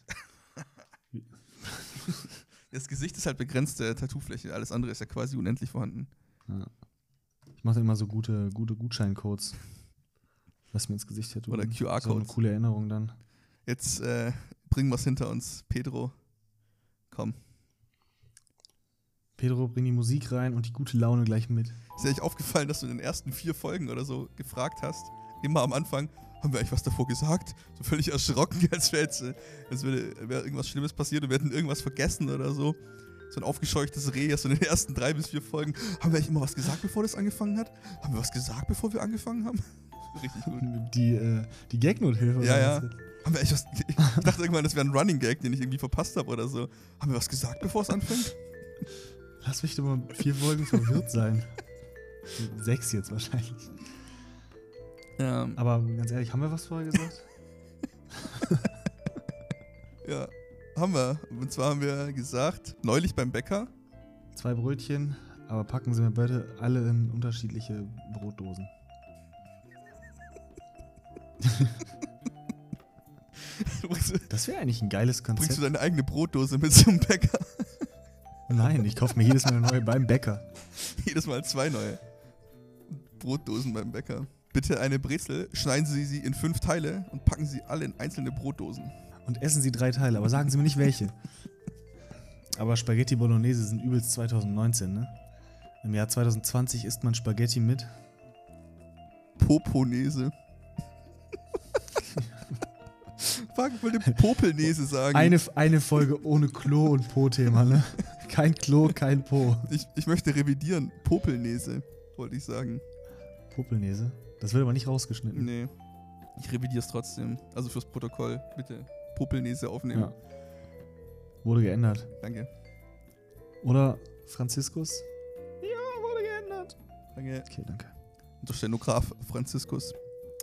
Das Gesicht ist halt begrenzte Tattoofläche, alles andere ist ja quasi unendlich vorhanden. Ja. Ich mache immer so gute, gute Gutscheincodes. Lass mir ins Gesicht tätowieren. Oder Q So eine R-Codes. coole Erinnerung dann. Jetzt äh, bringen wir es hinter uns. Pedro, komm. Pedro, bring die Musik rein und die gute Laune gleich mit. Ist dir eigentlich aufgefallen, dass du in den ersten vier Folgen oder so gefragt hast, immer am Anfang, haben wir eigentlich was davor gesagt? So völlig erschrocken, als wäre jetzt, äh, als wäre wär irgendwas Schlimmes passiert und wir hätten irgendwas vergessen oder so. So ein aufgescheuchtes Reh, hast du in den ersten drei bis vier Folgen, haben wir eigentlich immer was gesagt, bevor das angefangen hat? Haben wir was gesagt, bevor wir angefangen haben? Richtig gut. Die, äh, die Gagnothilfe. Ja, oder ja. was? Haben wir echt was, ich dachte irgendwann, das wäre ein Running Gag, den ich irgendwie verpasst habe oder so. Haben wir was gesagt, bevor es anfängt? Lass mich doch mal vier Folgen verwirrt sein. Sechs jetzt wahrscheinlich. Ähm, Aber ganz ehrlich, haben wir was vorher gesagt? ja, haben wir. Und zwar haben wir gesagt, neulich beim Bäcker, Zwei Brötchen, aber packen Sie mir bitte alle in unterschiedliche Brotdosen. bringst, du- Das wäre eigentlich ein geiles bringst du Konzept. deine eigene Brotdose mit zum Bäcker. Nein, ich kaufe mir jedes Mal eine neue beim Bäcker. Jedes Mal zwei neue Brotdosen beim Bäcker. Bitte eine Brezel, schneiden Sie sie in fünf Teile und packen Sie alle in einzelne Brotdosen. Und essen Sie drei Teile, aber sagen Sie mir nicht welche. Aber Spaghetti Bolognese sind übelst zwanzig neunzehn, ne? Im Jahr zwanzig zwanzig isst man Spaghetti mit. Poponese. Fuck, ich wollte Popelnese sagen. Eine, eine Folge ohne Klo und Po-Thema, ne? Kein Klo, kein Po. Ich, ich möchte revidieren. Popelnese, wollte ich sagen. Popelnese? Das wird aber nicht rausgeschnitten. Nee. Ich revidiere es trotzdem. Also fürs Protokoll. Bitte Popelnese aufnehmen. Ja. Wurde geändert. Danke. Oder Franziskus? Ja, wurde geändert. Danke. Okay, danke. Unser Stenograf Franziskus.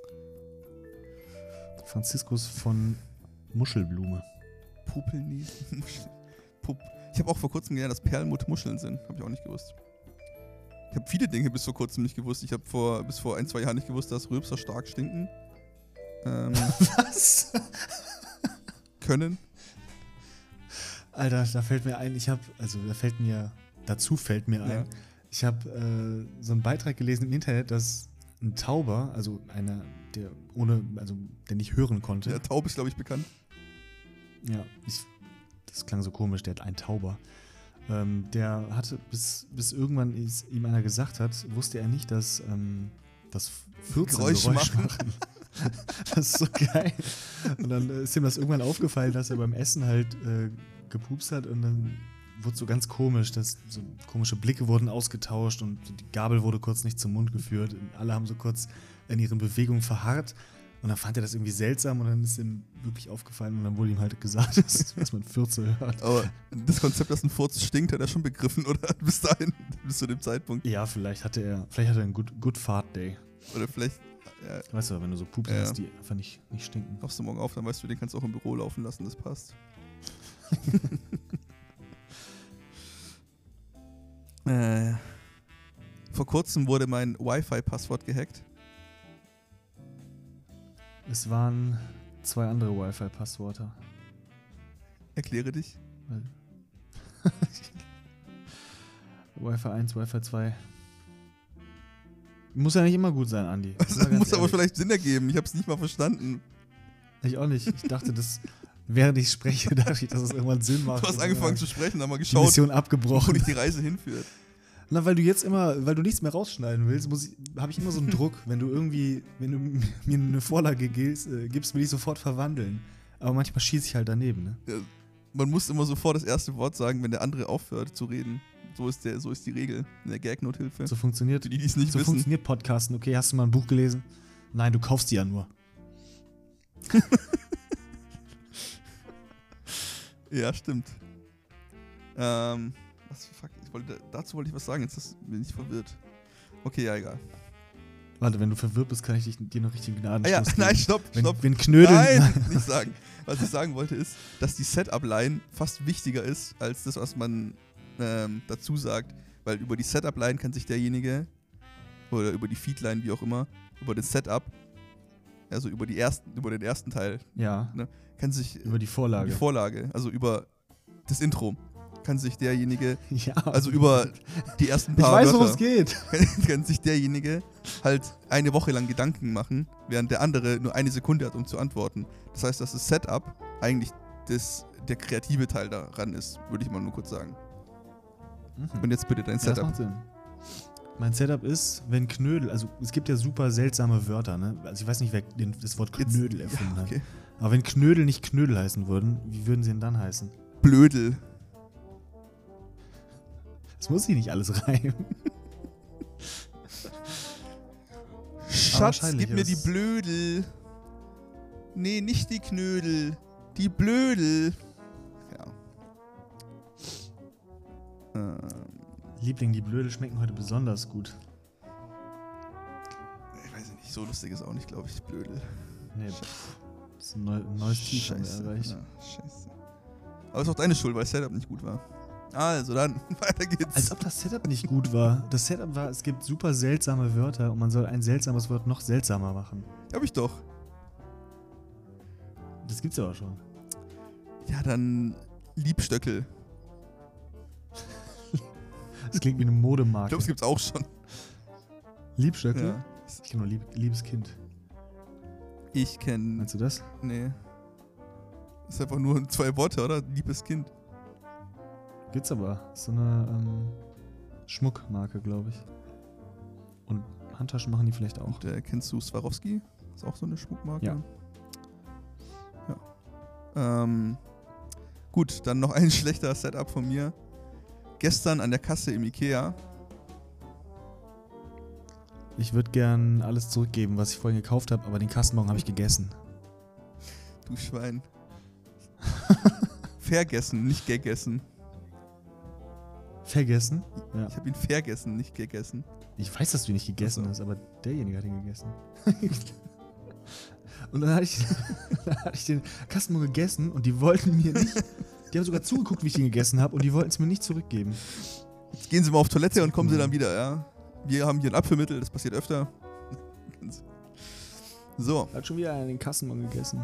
Franziskus von Muschelblume. Popelnese. Muschel. Pup. Ich habe auch vor kurzem gelernt, dass Perlmutt Muscheln sind. Habe ich auch nicht gewusst. Ich habe viele Dinge bis vor kurzem nicht gewusst. Ich habe vor, bis vor ein, zwei Jahren nicht gewusst, dass Rülpser stark stinken. Ähm, Was? können. Alter, da fällt mir ein, ich habe, also da fällt mir, dazu fällt mir ein, Ja. ich habe äh, so einen Beitrag gelesen im Internet, dass ein Tauber, also einer, der ohne, also der nicht hören konnte, Der Taub ist, glaube ich, bekannt. ja, ich das klang so komisch, der hat ein Tauber. Ähm, der hatte, bis, bis irgendwann ist, ihm einer gesagt hat, wusste er nicht, dass ähm, das Fürzen Geräusch Geräusch machen. machen. Das ist so geil. Und dann ist ihm das irgendwann aufgefallen, dass er beim Essen halt äh, gepupst hat und dann wurde so ganz komisch, dass so komische Blicke wurden ausgetauscht und die Gabel wurde kurz nicht zum Mund geführt und alle haben so kurz in ihren Bewegungen verharrt und dann fand er das irgendwie seltsam und dann ist ihm wirklich aufgefallen und dann wurde ihm halt gesagt, dass, dass man Fürze hört. Aber das Konzept, dass ein Furz stinkt, hat er schon begriffen, oder? Bis dahin, bis zu dem Zeitpunkt. Ja, vielleicht hatte er, vielleicht hatte er einen Good, good Fart Day. Oder vielleicht, ja, Weißt du, wenn du so Pupsen Ja. hast, die einfach nicht, nicht stinken. wachst du morgen auf, dann weißt du, den kannst du auch im Büro laufen lassen, das passt. äh, vor kurzem wurde mein Wi-Fi-Passwort gehackt. Es waren zwei andere Wi-Fi-Passwörter. Erkläre dich. Wi-Fi eins, Wi-Fi zwei. Muss ja nicht immer gut sein, Andi. Das Mal ganz muss aber ehrlich. vielleicht Sinn ergeben. Ich habe es nicht mal verstanden. Ich auch nicht. Ich dachte, dass, während ich spreche, dachte ich, dass es irgendwann Sinn macht. Du hast angefangen zu sprechen, haben mal Die geschaut, Mission wo abgebrochen. dich die Reise hinführt. Na, weil du jetzt immer, weil du nichts mehr rausschneiden willst, muss ich, habe ich immer so einen Druck. Wenn du irgendwie, wenn du mir eine Vorlage gibst, äh, gibst, will ich sofort verwandeln. Aber manchmal schieße ich halt daneben, ne? Ja, man muss immer sofort das erste Wort sagen, wenn der andere aufhört zu reden. So ist, der, so ist die Regel in der Gag-Nothilfe. So funktioniert, Für die, die es nicht so wissen. funktioniert Podcasten. Okay, hast du mal ein Buch gelesen? Nein, du kaufst die ja nur. Ja, stimmt. Ähm, was, fuck, ich wollte, dazu wollte ich was sagen, jetzt ist- bin ich verwirrt. Okay, ja, egal. Warte, wenn du verwirrt bist, kann ich dich, dir noch richtig Gnaden Ah ja, nein, stopp, wenn, stopp. wenn Knödel... Nein, nicht sagen. Was ich sagen wollte ist, dass die Setup-Line fast wichtiger ist, als das, was man ähm, dazu sagt. Weil über die Setup-Line kann sich derjenige, oder über die Feed-Line, wie auch immer, über das Setup, also über, die ersten, über den ersten Teil, Ja, kann sich über die Vorlage. die Vorlage, also über das Intro, kann sich derjenige, ja, also über die ersten ich paar weiß, worum Wörter, es geht. kann, kann sich derjenige halt eine Woche lang Gedanken machen, während der andere nur eine Sekunde hat, um zu antworten. Das heißt, dass das Setup eigentlich das, der kreative Teil daran ist, würde ich mal nur kurz sagen. Mhm. Und jetzt bitte dein Ja, das Setup. macht Sinn. Mein Setup ist, wenn Knödel, also es gibt ja super seltsame Wörter, ne? Also ich weiß nicht, wer den, das Wort Jetzt- Knödel erfunden Ja, hat. okay. Aber wenn Knödel nicht Knödel heißen würden, wie würden sie denn dann heißen? Blödel. Das muss sich nicht alles reimen. Schatz, wahrscheinlich gib mir die ist- Blödel. Nee, nicht die Knödel. Die Blödel. Ja. Ähm, Liebling, die Blödel schmecken heute besonders gut. ich weiß nicht, so lustig ist auch nicht, glaube ich, Blödel. Nee, pff, das ist ein, neu, ein neues Tief haben wir erreicht. Ja, scheiße. Aber es ist auch deine Schuld, weil das Setup nicht gut war. Also dann, weiter geht's. Als ob das Setup nicht gut war. Das Setup war, es gibt super seltsame Wörter und man soll ein seltsames Wort noch seltsamer machen. Hab ich doch. Das gibt's aber schon. Ja, dann Liebstöckel. Das klingt wie eine Ich Modemarke. glaube, es gibt's auch schon. Liebstöckel? Ja. Ich kenne nur lieb, liebes Kind. Ich kenne. Meinst du das? Nee. Das ist einfach nur zwei Worte, oder? Liebes Kind. Gibt's aber. Ist so eine ähm, Schmuckmarke, glaube ich. Und Handtaschen machen die vielleicht auch. Und äh, kennst du Swarovski? Ist auch so eine Schmuckmarke. Ja. Ja. Ähm, gut, dann noch ein schlechter Setup von mir. Gestern an der Kasse im Ikea. Ich würde gern alles zurückgeben, was ich vorhin gekauft habe, aber den Kassenbon habe ich gegessen. Du Schwein. Vergessen, nicht gegessen. Vergessen? Ja. Ich habe ihn vergessen, nicht gegessen. Ich weiß, dass du ihn nicht gegessen Ach so. hast, aber derjenige hat ihn gegessen. Und dann hatte ich, dann hatte ich den Kassenbon gegessen und die wollten mir nicht. Die haben sogar zugeguckt, wie ich ihn gegessen habe und die wollten es mir nicht zurückgeben. Jetzt gehen Sie mal auf Toilette und kommen Sie dann wieder, ja? Wir haben hier ein Abführmittel, das passiert öfter. So. Hat schon wieder einen den Kassenbon gegessen.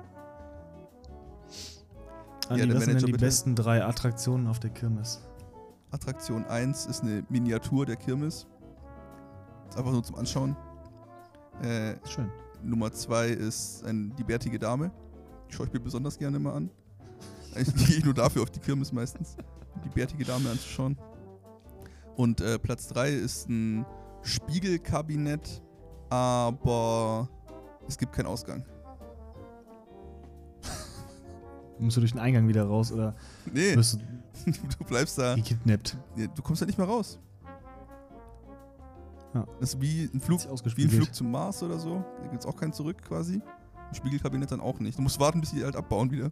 Ja, Andi, der was sind Manager denn die bitte. besten drei Attraktionen auf der Kirmes? Attraktion eins ist eine Miniatur der Kirmes. Ist einfach nur zum Anschauen. Äh, Schön. Nummer zwei ist ein, die bärtige Dame. Die schaue ich mir besonders gerne mal an. Eigentlich gehe ich nur dafür auf die Kirmes meistens, um die bärtige Dame anzuschauen. Und äh, Platz drei ist ein Spiegelkabinett, aber es gibt keinen Ausgang. Musst du durch den Eingang wieder raus oder Nee, wirst du du bleibst da. gekidnappt? Du kommst da nicht mehr raus. Ja. Das ist wie ein Flug, Sich wie ein ausgespiegelt. Flug zum Mars oder so. Da gibt es auch keinen zurück quasi. Im Spiegelkabinett dann auch nicht. Du musst warten, bis sie halt abbauen wieder.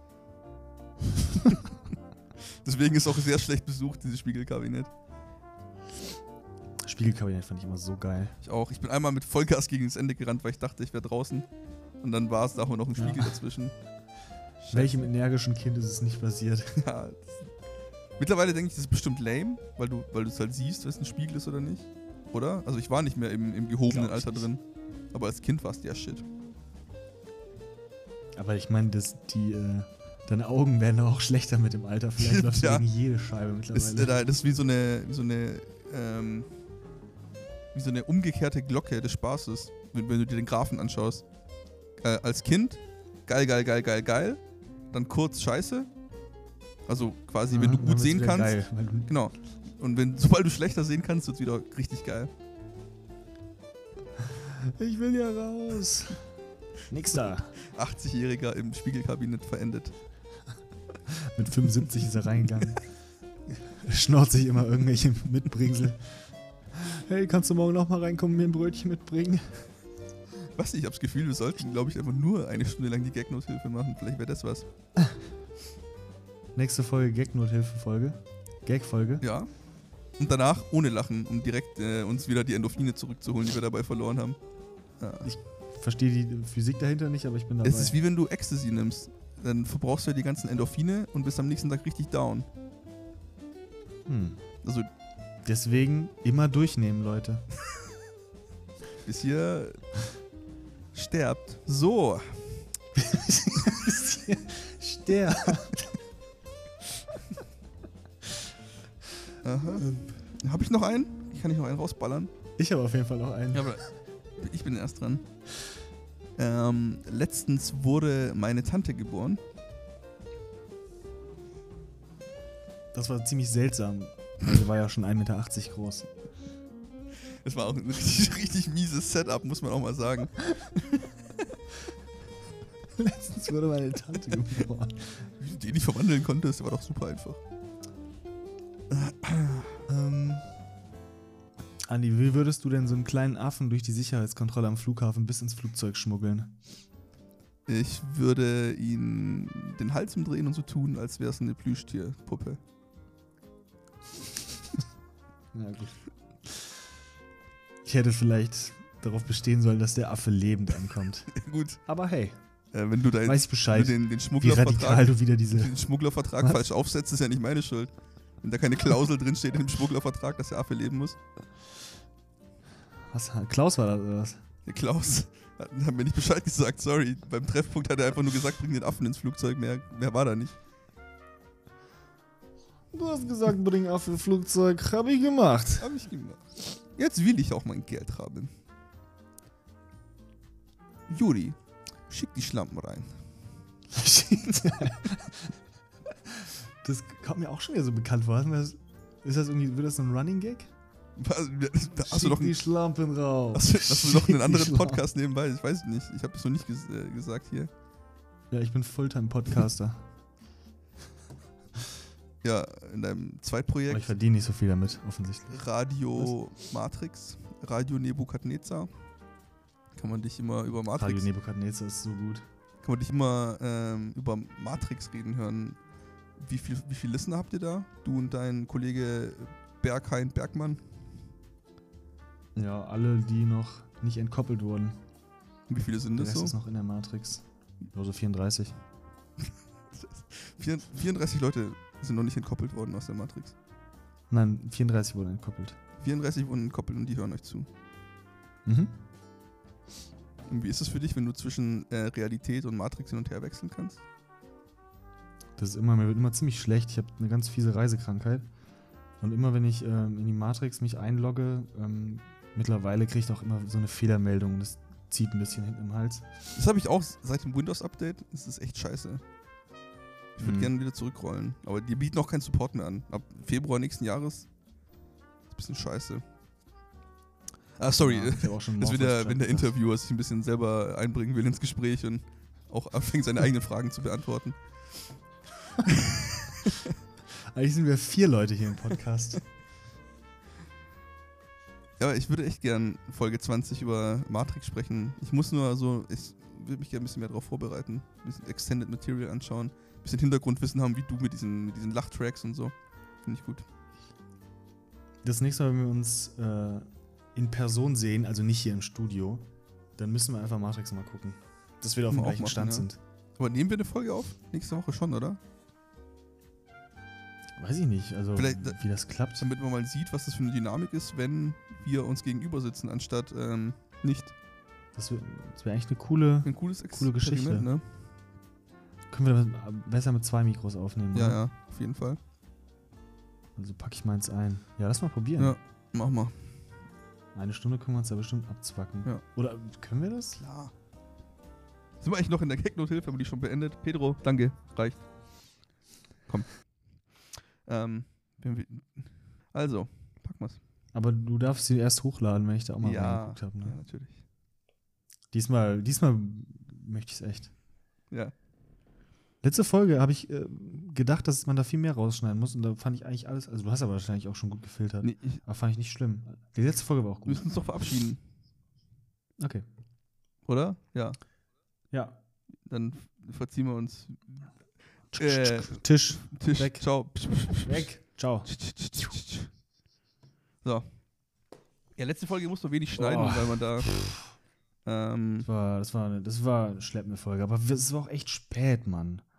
Deswegen ist auch sehr schlecht besucht, dieses Spiegelkabinett. Spiegelkabinett fand ich immer so geil. Ich auch. Ich bin einmal mit Vollgas gegen das Ende gerannt, weil ich dachte, ich wäre draußen. Und dann war es da auch noch ein Ja. Spiegel dazwischen. Welchem energischen Kind ist es nicht passiert? Ja, das mittlerweile denke ich, das ist bestimmt lame, weil du weil du es halt siehst, was ein Spiegel ist oder nicht. Oder? Also ich war nicht mehr im, im gehobenen Glaub ich Alter nicht. drin. Aber als Kind war es der Shit. Aber ich meine, dass die, äh, deine Augen werden doch auch schlechter mit dem Alter. Vielleicht läuft Ja. gegen jede Scheibe Das, äh, mittlerweile. da- das ist wie so eine, wie so eine, ähm, wie so eine umgekehrte Glocke des Spaßes, wenn, wenn du dir den Graphen anschaust. Äh, als Kind, geil, geil, geil, geil, geil. Dann kurz Scheiße. Also quasi, wenn Aha, du dann gut wird's sehen wieder kannst. Geil, weil du, Genau. Und wenn, sobald du schlechter sehen kannst, wird es wieder richtig geil. ich will ja raus. Nix da. achtzigjähriger im Spiegelkabinett verendet. Mit fünfundsiebzig ist er reingegangen. Schnauzt sich immer irgendwelche Mitbringsel. Hey, kannst du morgen noch mal reinkommen und mir ein Brötchen mitbringen? Was, ich habe das Gefühl, wir sollten, glaube ich, einfach nur eine Stunde lang die Gag-Nothilfe machen. Vielleicht wäre das was. Nächste Folge Gag-Nothilfe-Folge. Gag-Folge. Ja. Und danach ohne Lachen, um direkt äh, uns wieder die Endorphine zurückzuholen, die wir dabei verloren haben. Ja. Verstehe die Physik dahinter nicht, aber ich bin dabei. Es ist wie wenn du Ecstasy nimmst. Dann verbrauchst du ja die ganzen Endorphine und bist am nächsten Tag richtig down. hm. Also Deswegen immer durchnehmen, Leute. bis hier sterbt. So. Sterb. Aha. Habe ich noch einen? Kann ich noch einen rausballern? Ich habe auf jeden Fall noch einen. Ja, aber ich bin erst dran. Ähm, letztens wurde meine Tante geboren. Das war ziemlich seltsam. weil Sie war ja schon ein Meter achtzig groß. Das war auch ein richtig, richtig mieses Setup, muss man auch mal sagen. Letztens wurde meine Tante geboren. Wie du die nicht verwandeln konntest, war doch super einfach. Ähm, Andi, wie würdest du denn so einen kleinen Affen durch die Sicherheitskontrolle am Flughafen bis ins Flugzeug schmuggeln? Ich würde ihn den Hals umdrehen und so tun, als wäre es eine Plüschtierpuppe. Ja, gut. Ich hätte vielleicht darauf bestehen sollen, dass der Affe lebend ankommt. Gut, Aber hey, äh, wenn du da weiß ich jetzt Bescheid, den, den wie Schmugglervertrag, radikal du wieder diese... den Schmugglervertrag Was? falsch aufsetzt, ist ja nicht meine Schuld. Wenn da keine Klausel drinsteht in dem Schmugglervertrag, dass der Affe leben muss. Was, Klaus war das oder was? Der Klaus hat, hat mir nicht Bescheid gesagt, sorry. Beim Treffpunkt hat er einfach nur gesagt, bring den Affen ins Flugzeug, mehr, mehr war da nicht. Du hast gesagt, bring Affe ins Flugzeug. Hab ich gemacht. Hab ich gemacht. Jetzt will ich auch mein Geld haben. Juri, schick die Schlampen rein. Das kommt mir auch schon wieder so bekannt vor. Ist das irgendwie, wird das so ein Running Gag? Was, hast, du noch Schick die einen, Schlampen raus. hast, du, hast du noch Schick einen die anderen Schlampen. Podcast nebenbei? Ich weiß nicht. Ich habe es noch nicht ges äh, gesagt hier. Ja, ich bin Fulltime-Podcaster. Ja, in deinem Aber ich Zweitprojekt verdiene nicht so viel damit, offensichtlich. Radio Matrix, Radio Nebukadnezar. Kann man dich immer über Matrix, Radio Nebukadnezar ist so gut. kann man dich immer ähm, über Matrix reden hören. Wie viel, wie viel Listener habt ihr da? Du und dein Kollege Berghain Bergmann. Ja, alle, die noch nicht entkoppelt wurden. Wie viele sind Der das Rest so? ist noch in der Matrix. Also vierunddreißig. Vier- vierunddreißig Leute sind noch nicht entkoppelt worden aus der Matrix. Nein, vierunddreißig wurden entkoppelt. vierunddreißig wurden entkoppelt und die hören euch zu. Mhm. Und wie ist es für dich, wenn du zwischen äh, Realität und Matrix hin und her wechseln kannst? Das ist immer, mir wird immer ziemlich schlecht. Ich habe eine ganz fiese Reisekrankheit. Und immer wenn ich ähm, in die Matrix mich einlogge, ähm, mittlerweile kriege ich auch immer so eine Fehlermeldung. Das zieht ein bisschen hinten im Hals. Das habe ich auch seit dem Windows-Update. Das ist echt scheiße. Ich würde Mhm. gerne wieder zurückrollen. Aber die bieten auch keinen Support mehr an. Ab Februar nächsten Jahres. Ist ein bisschen scheiße. Ah, sorry. Ja, ich hab auch schon Das ist Morpheus wieder, wenn der gesagt. Interviewer sich ein bisschen selber einbringen will ins Gespräch und auch anfängt, seine eigenen Fragen zu beantworten. Eigentlich sind wir vier Leute hier im Podcast. Ja, aber ich würde echt gern Folge zwanzig über Matrix sprechen. Ich muss nur so, ich würde mich gerne ein bisschen mehr darauf vorbereiten. Ein bisschen Extended Material anschauen. Ein bisschen Hintergrundwissen haben, wie du mit diesen, mit diesen Lachtracks und so. Finde ich gut. Das nächste Mal, wenn wir uns äh, in Person sehen, also nicht hier im Studio, dann müssen wir einfach Matrix mal gucken. Dass wir da auf dem Können wir auch gleichen machen, Stand ja. sind. Aber nehmen wir eine Folge auf? Nächste Woche schon, oder? Weiß ich nicht, also Vielleicht- wie das klappt. Damit man mal sieht, was das für eine Dynamik ist, wenn wir uns gegenüber sitzen, anstatt ähm, nicht. Das wäre wär eigentlich eine coole. Ein cooles Coole Geschichte. Experiment, ne? Können wir das besser mit zwei Mikros aufnehmen? Ja, oder? ja, auf jeden Fall. Also packe ich meins ein. Ja, lass mal probieren. Ja, mach mal. Eine Stunde können wir uns da bestimmt abzwacken. Ja. Oder können wir das? Klar. Sind wir eigentlich noch in der Gagnote-Hilfe? Haben wir die schon beendet? Pedro, danke. Reicht. Komm. Ähm, wenn wir, also, packen wir's. Aber du darfst sie erst hochladen, wenn ich da auch mal Ja, reingeguckt habe. ja, Ne? natürlich. Diesmal, diesmal möchte ich es echt. Ja. Letzte Folge habe ich äh, gedacht, dass man da viel mehr rausschneiden muss und da fand ich eigentlich alles, also du hast aber wahrscheinlich auch schon gut gefiltert, Nee, ich, aber fand ich nicht schlimm. Die letzte Folge war auch wir gut. müssen uns doch verabschieden, Okay. oder? Ja. Ja. Dann verziehen wir uns. Äh, Tisch. Tisch. Weg. Ciao. Weg. Ciao. So. Ja, letzte Folge musste man wenig schneiden, Oh. weil man da. Ähm, Das war, das war, eine, das war eine schleppende Folge, aber es war auch echt spät, Mann.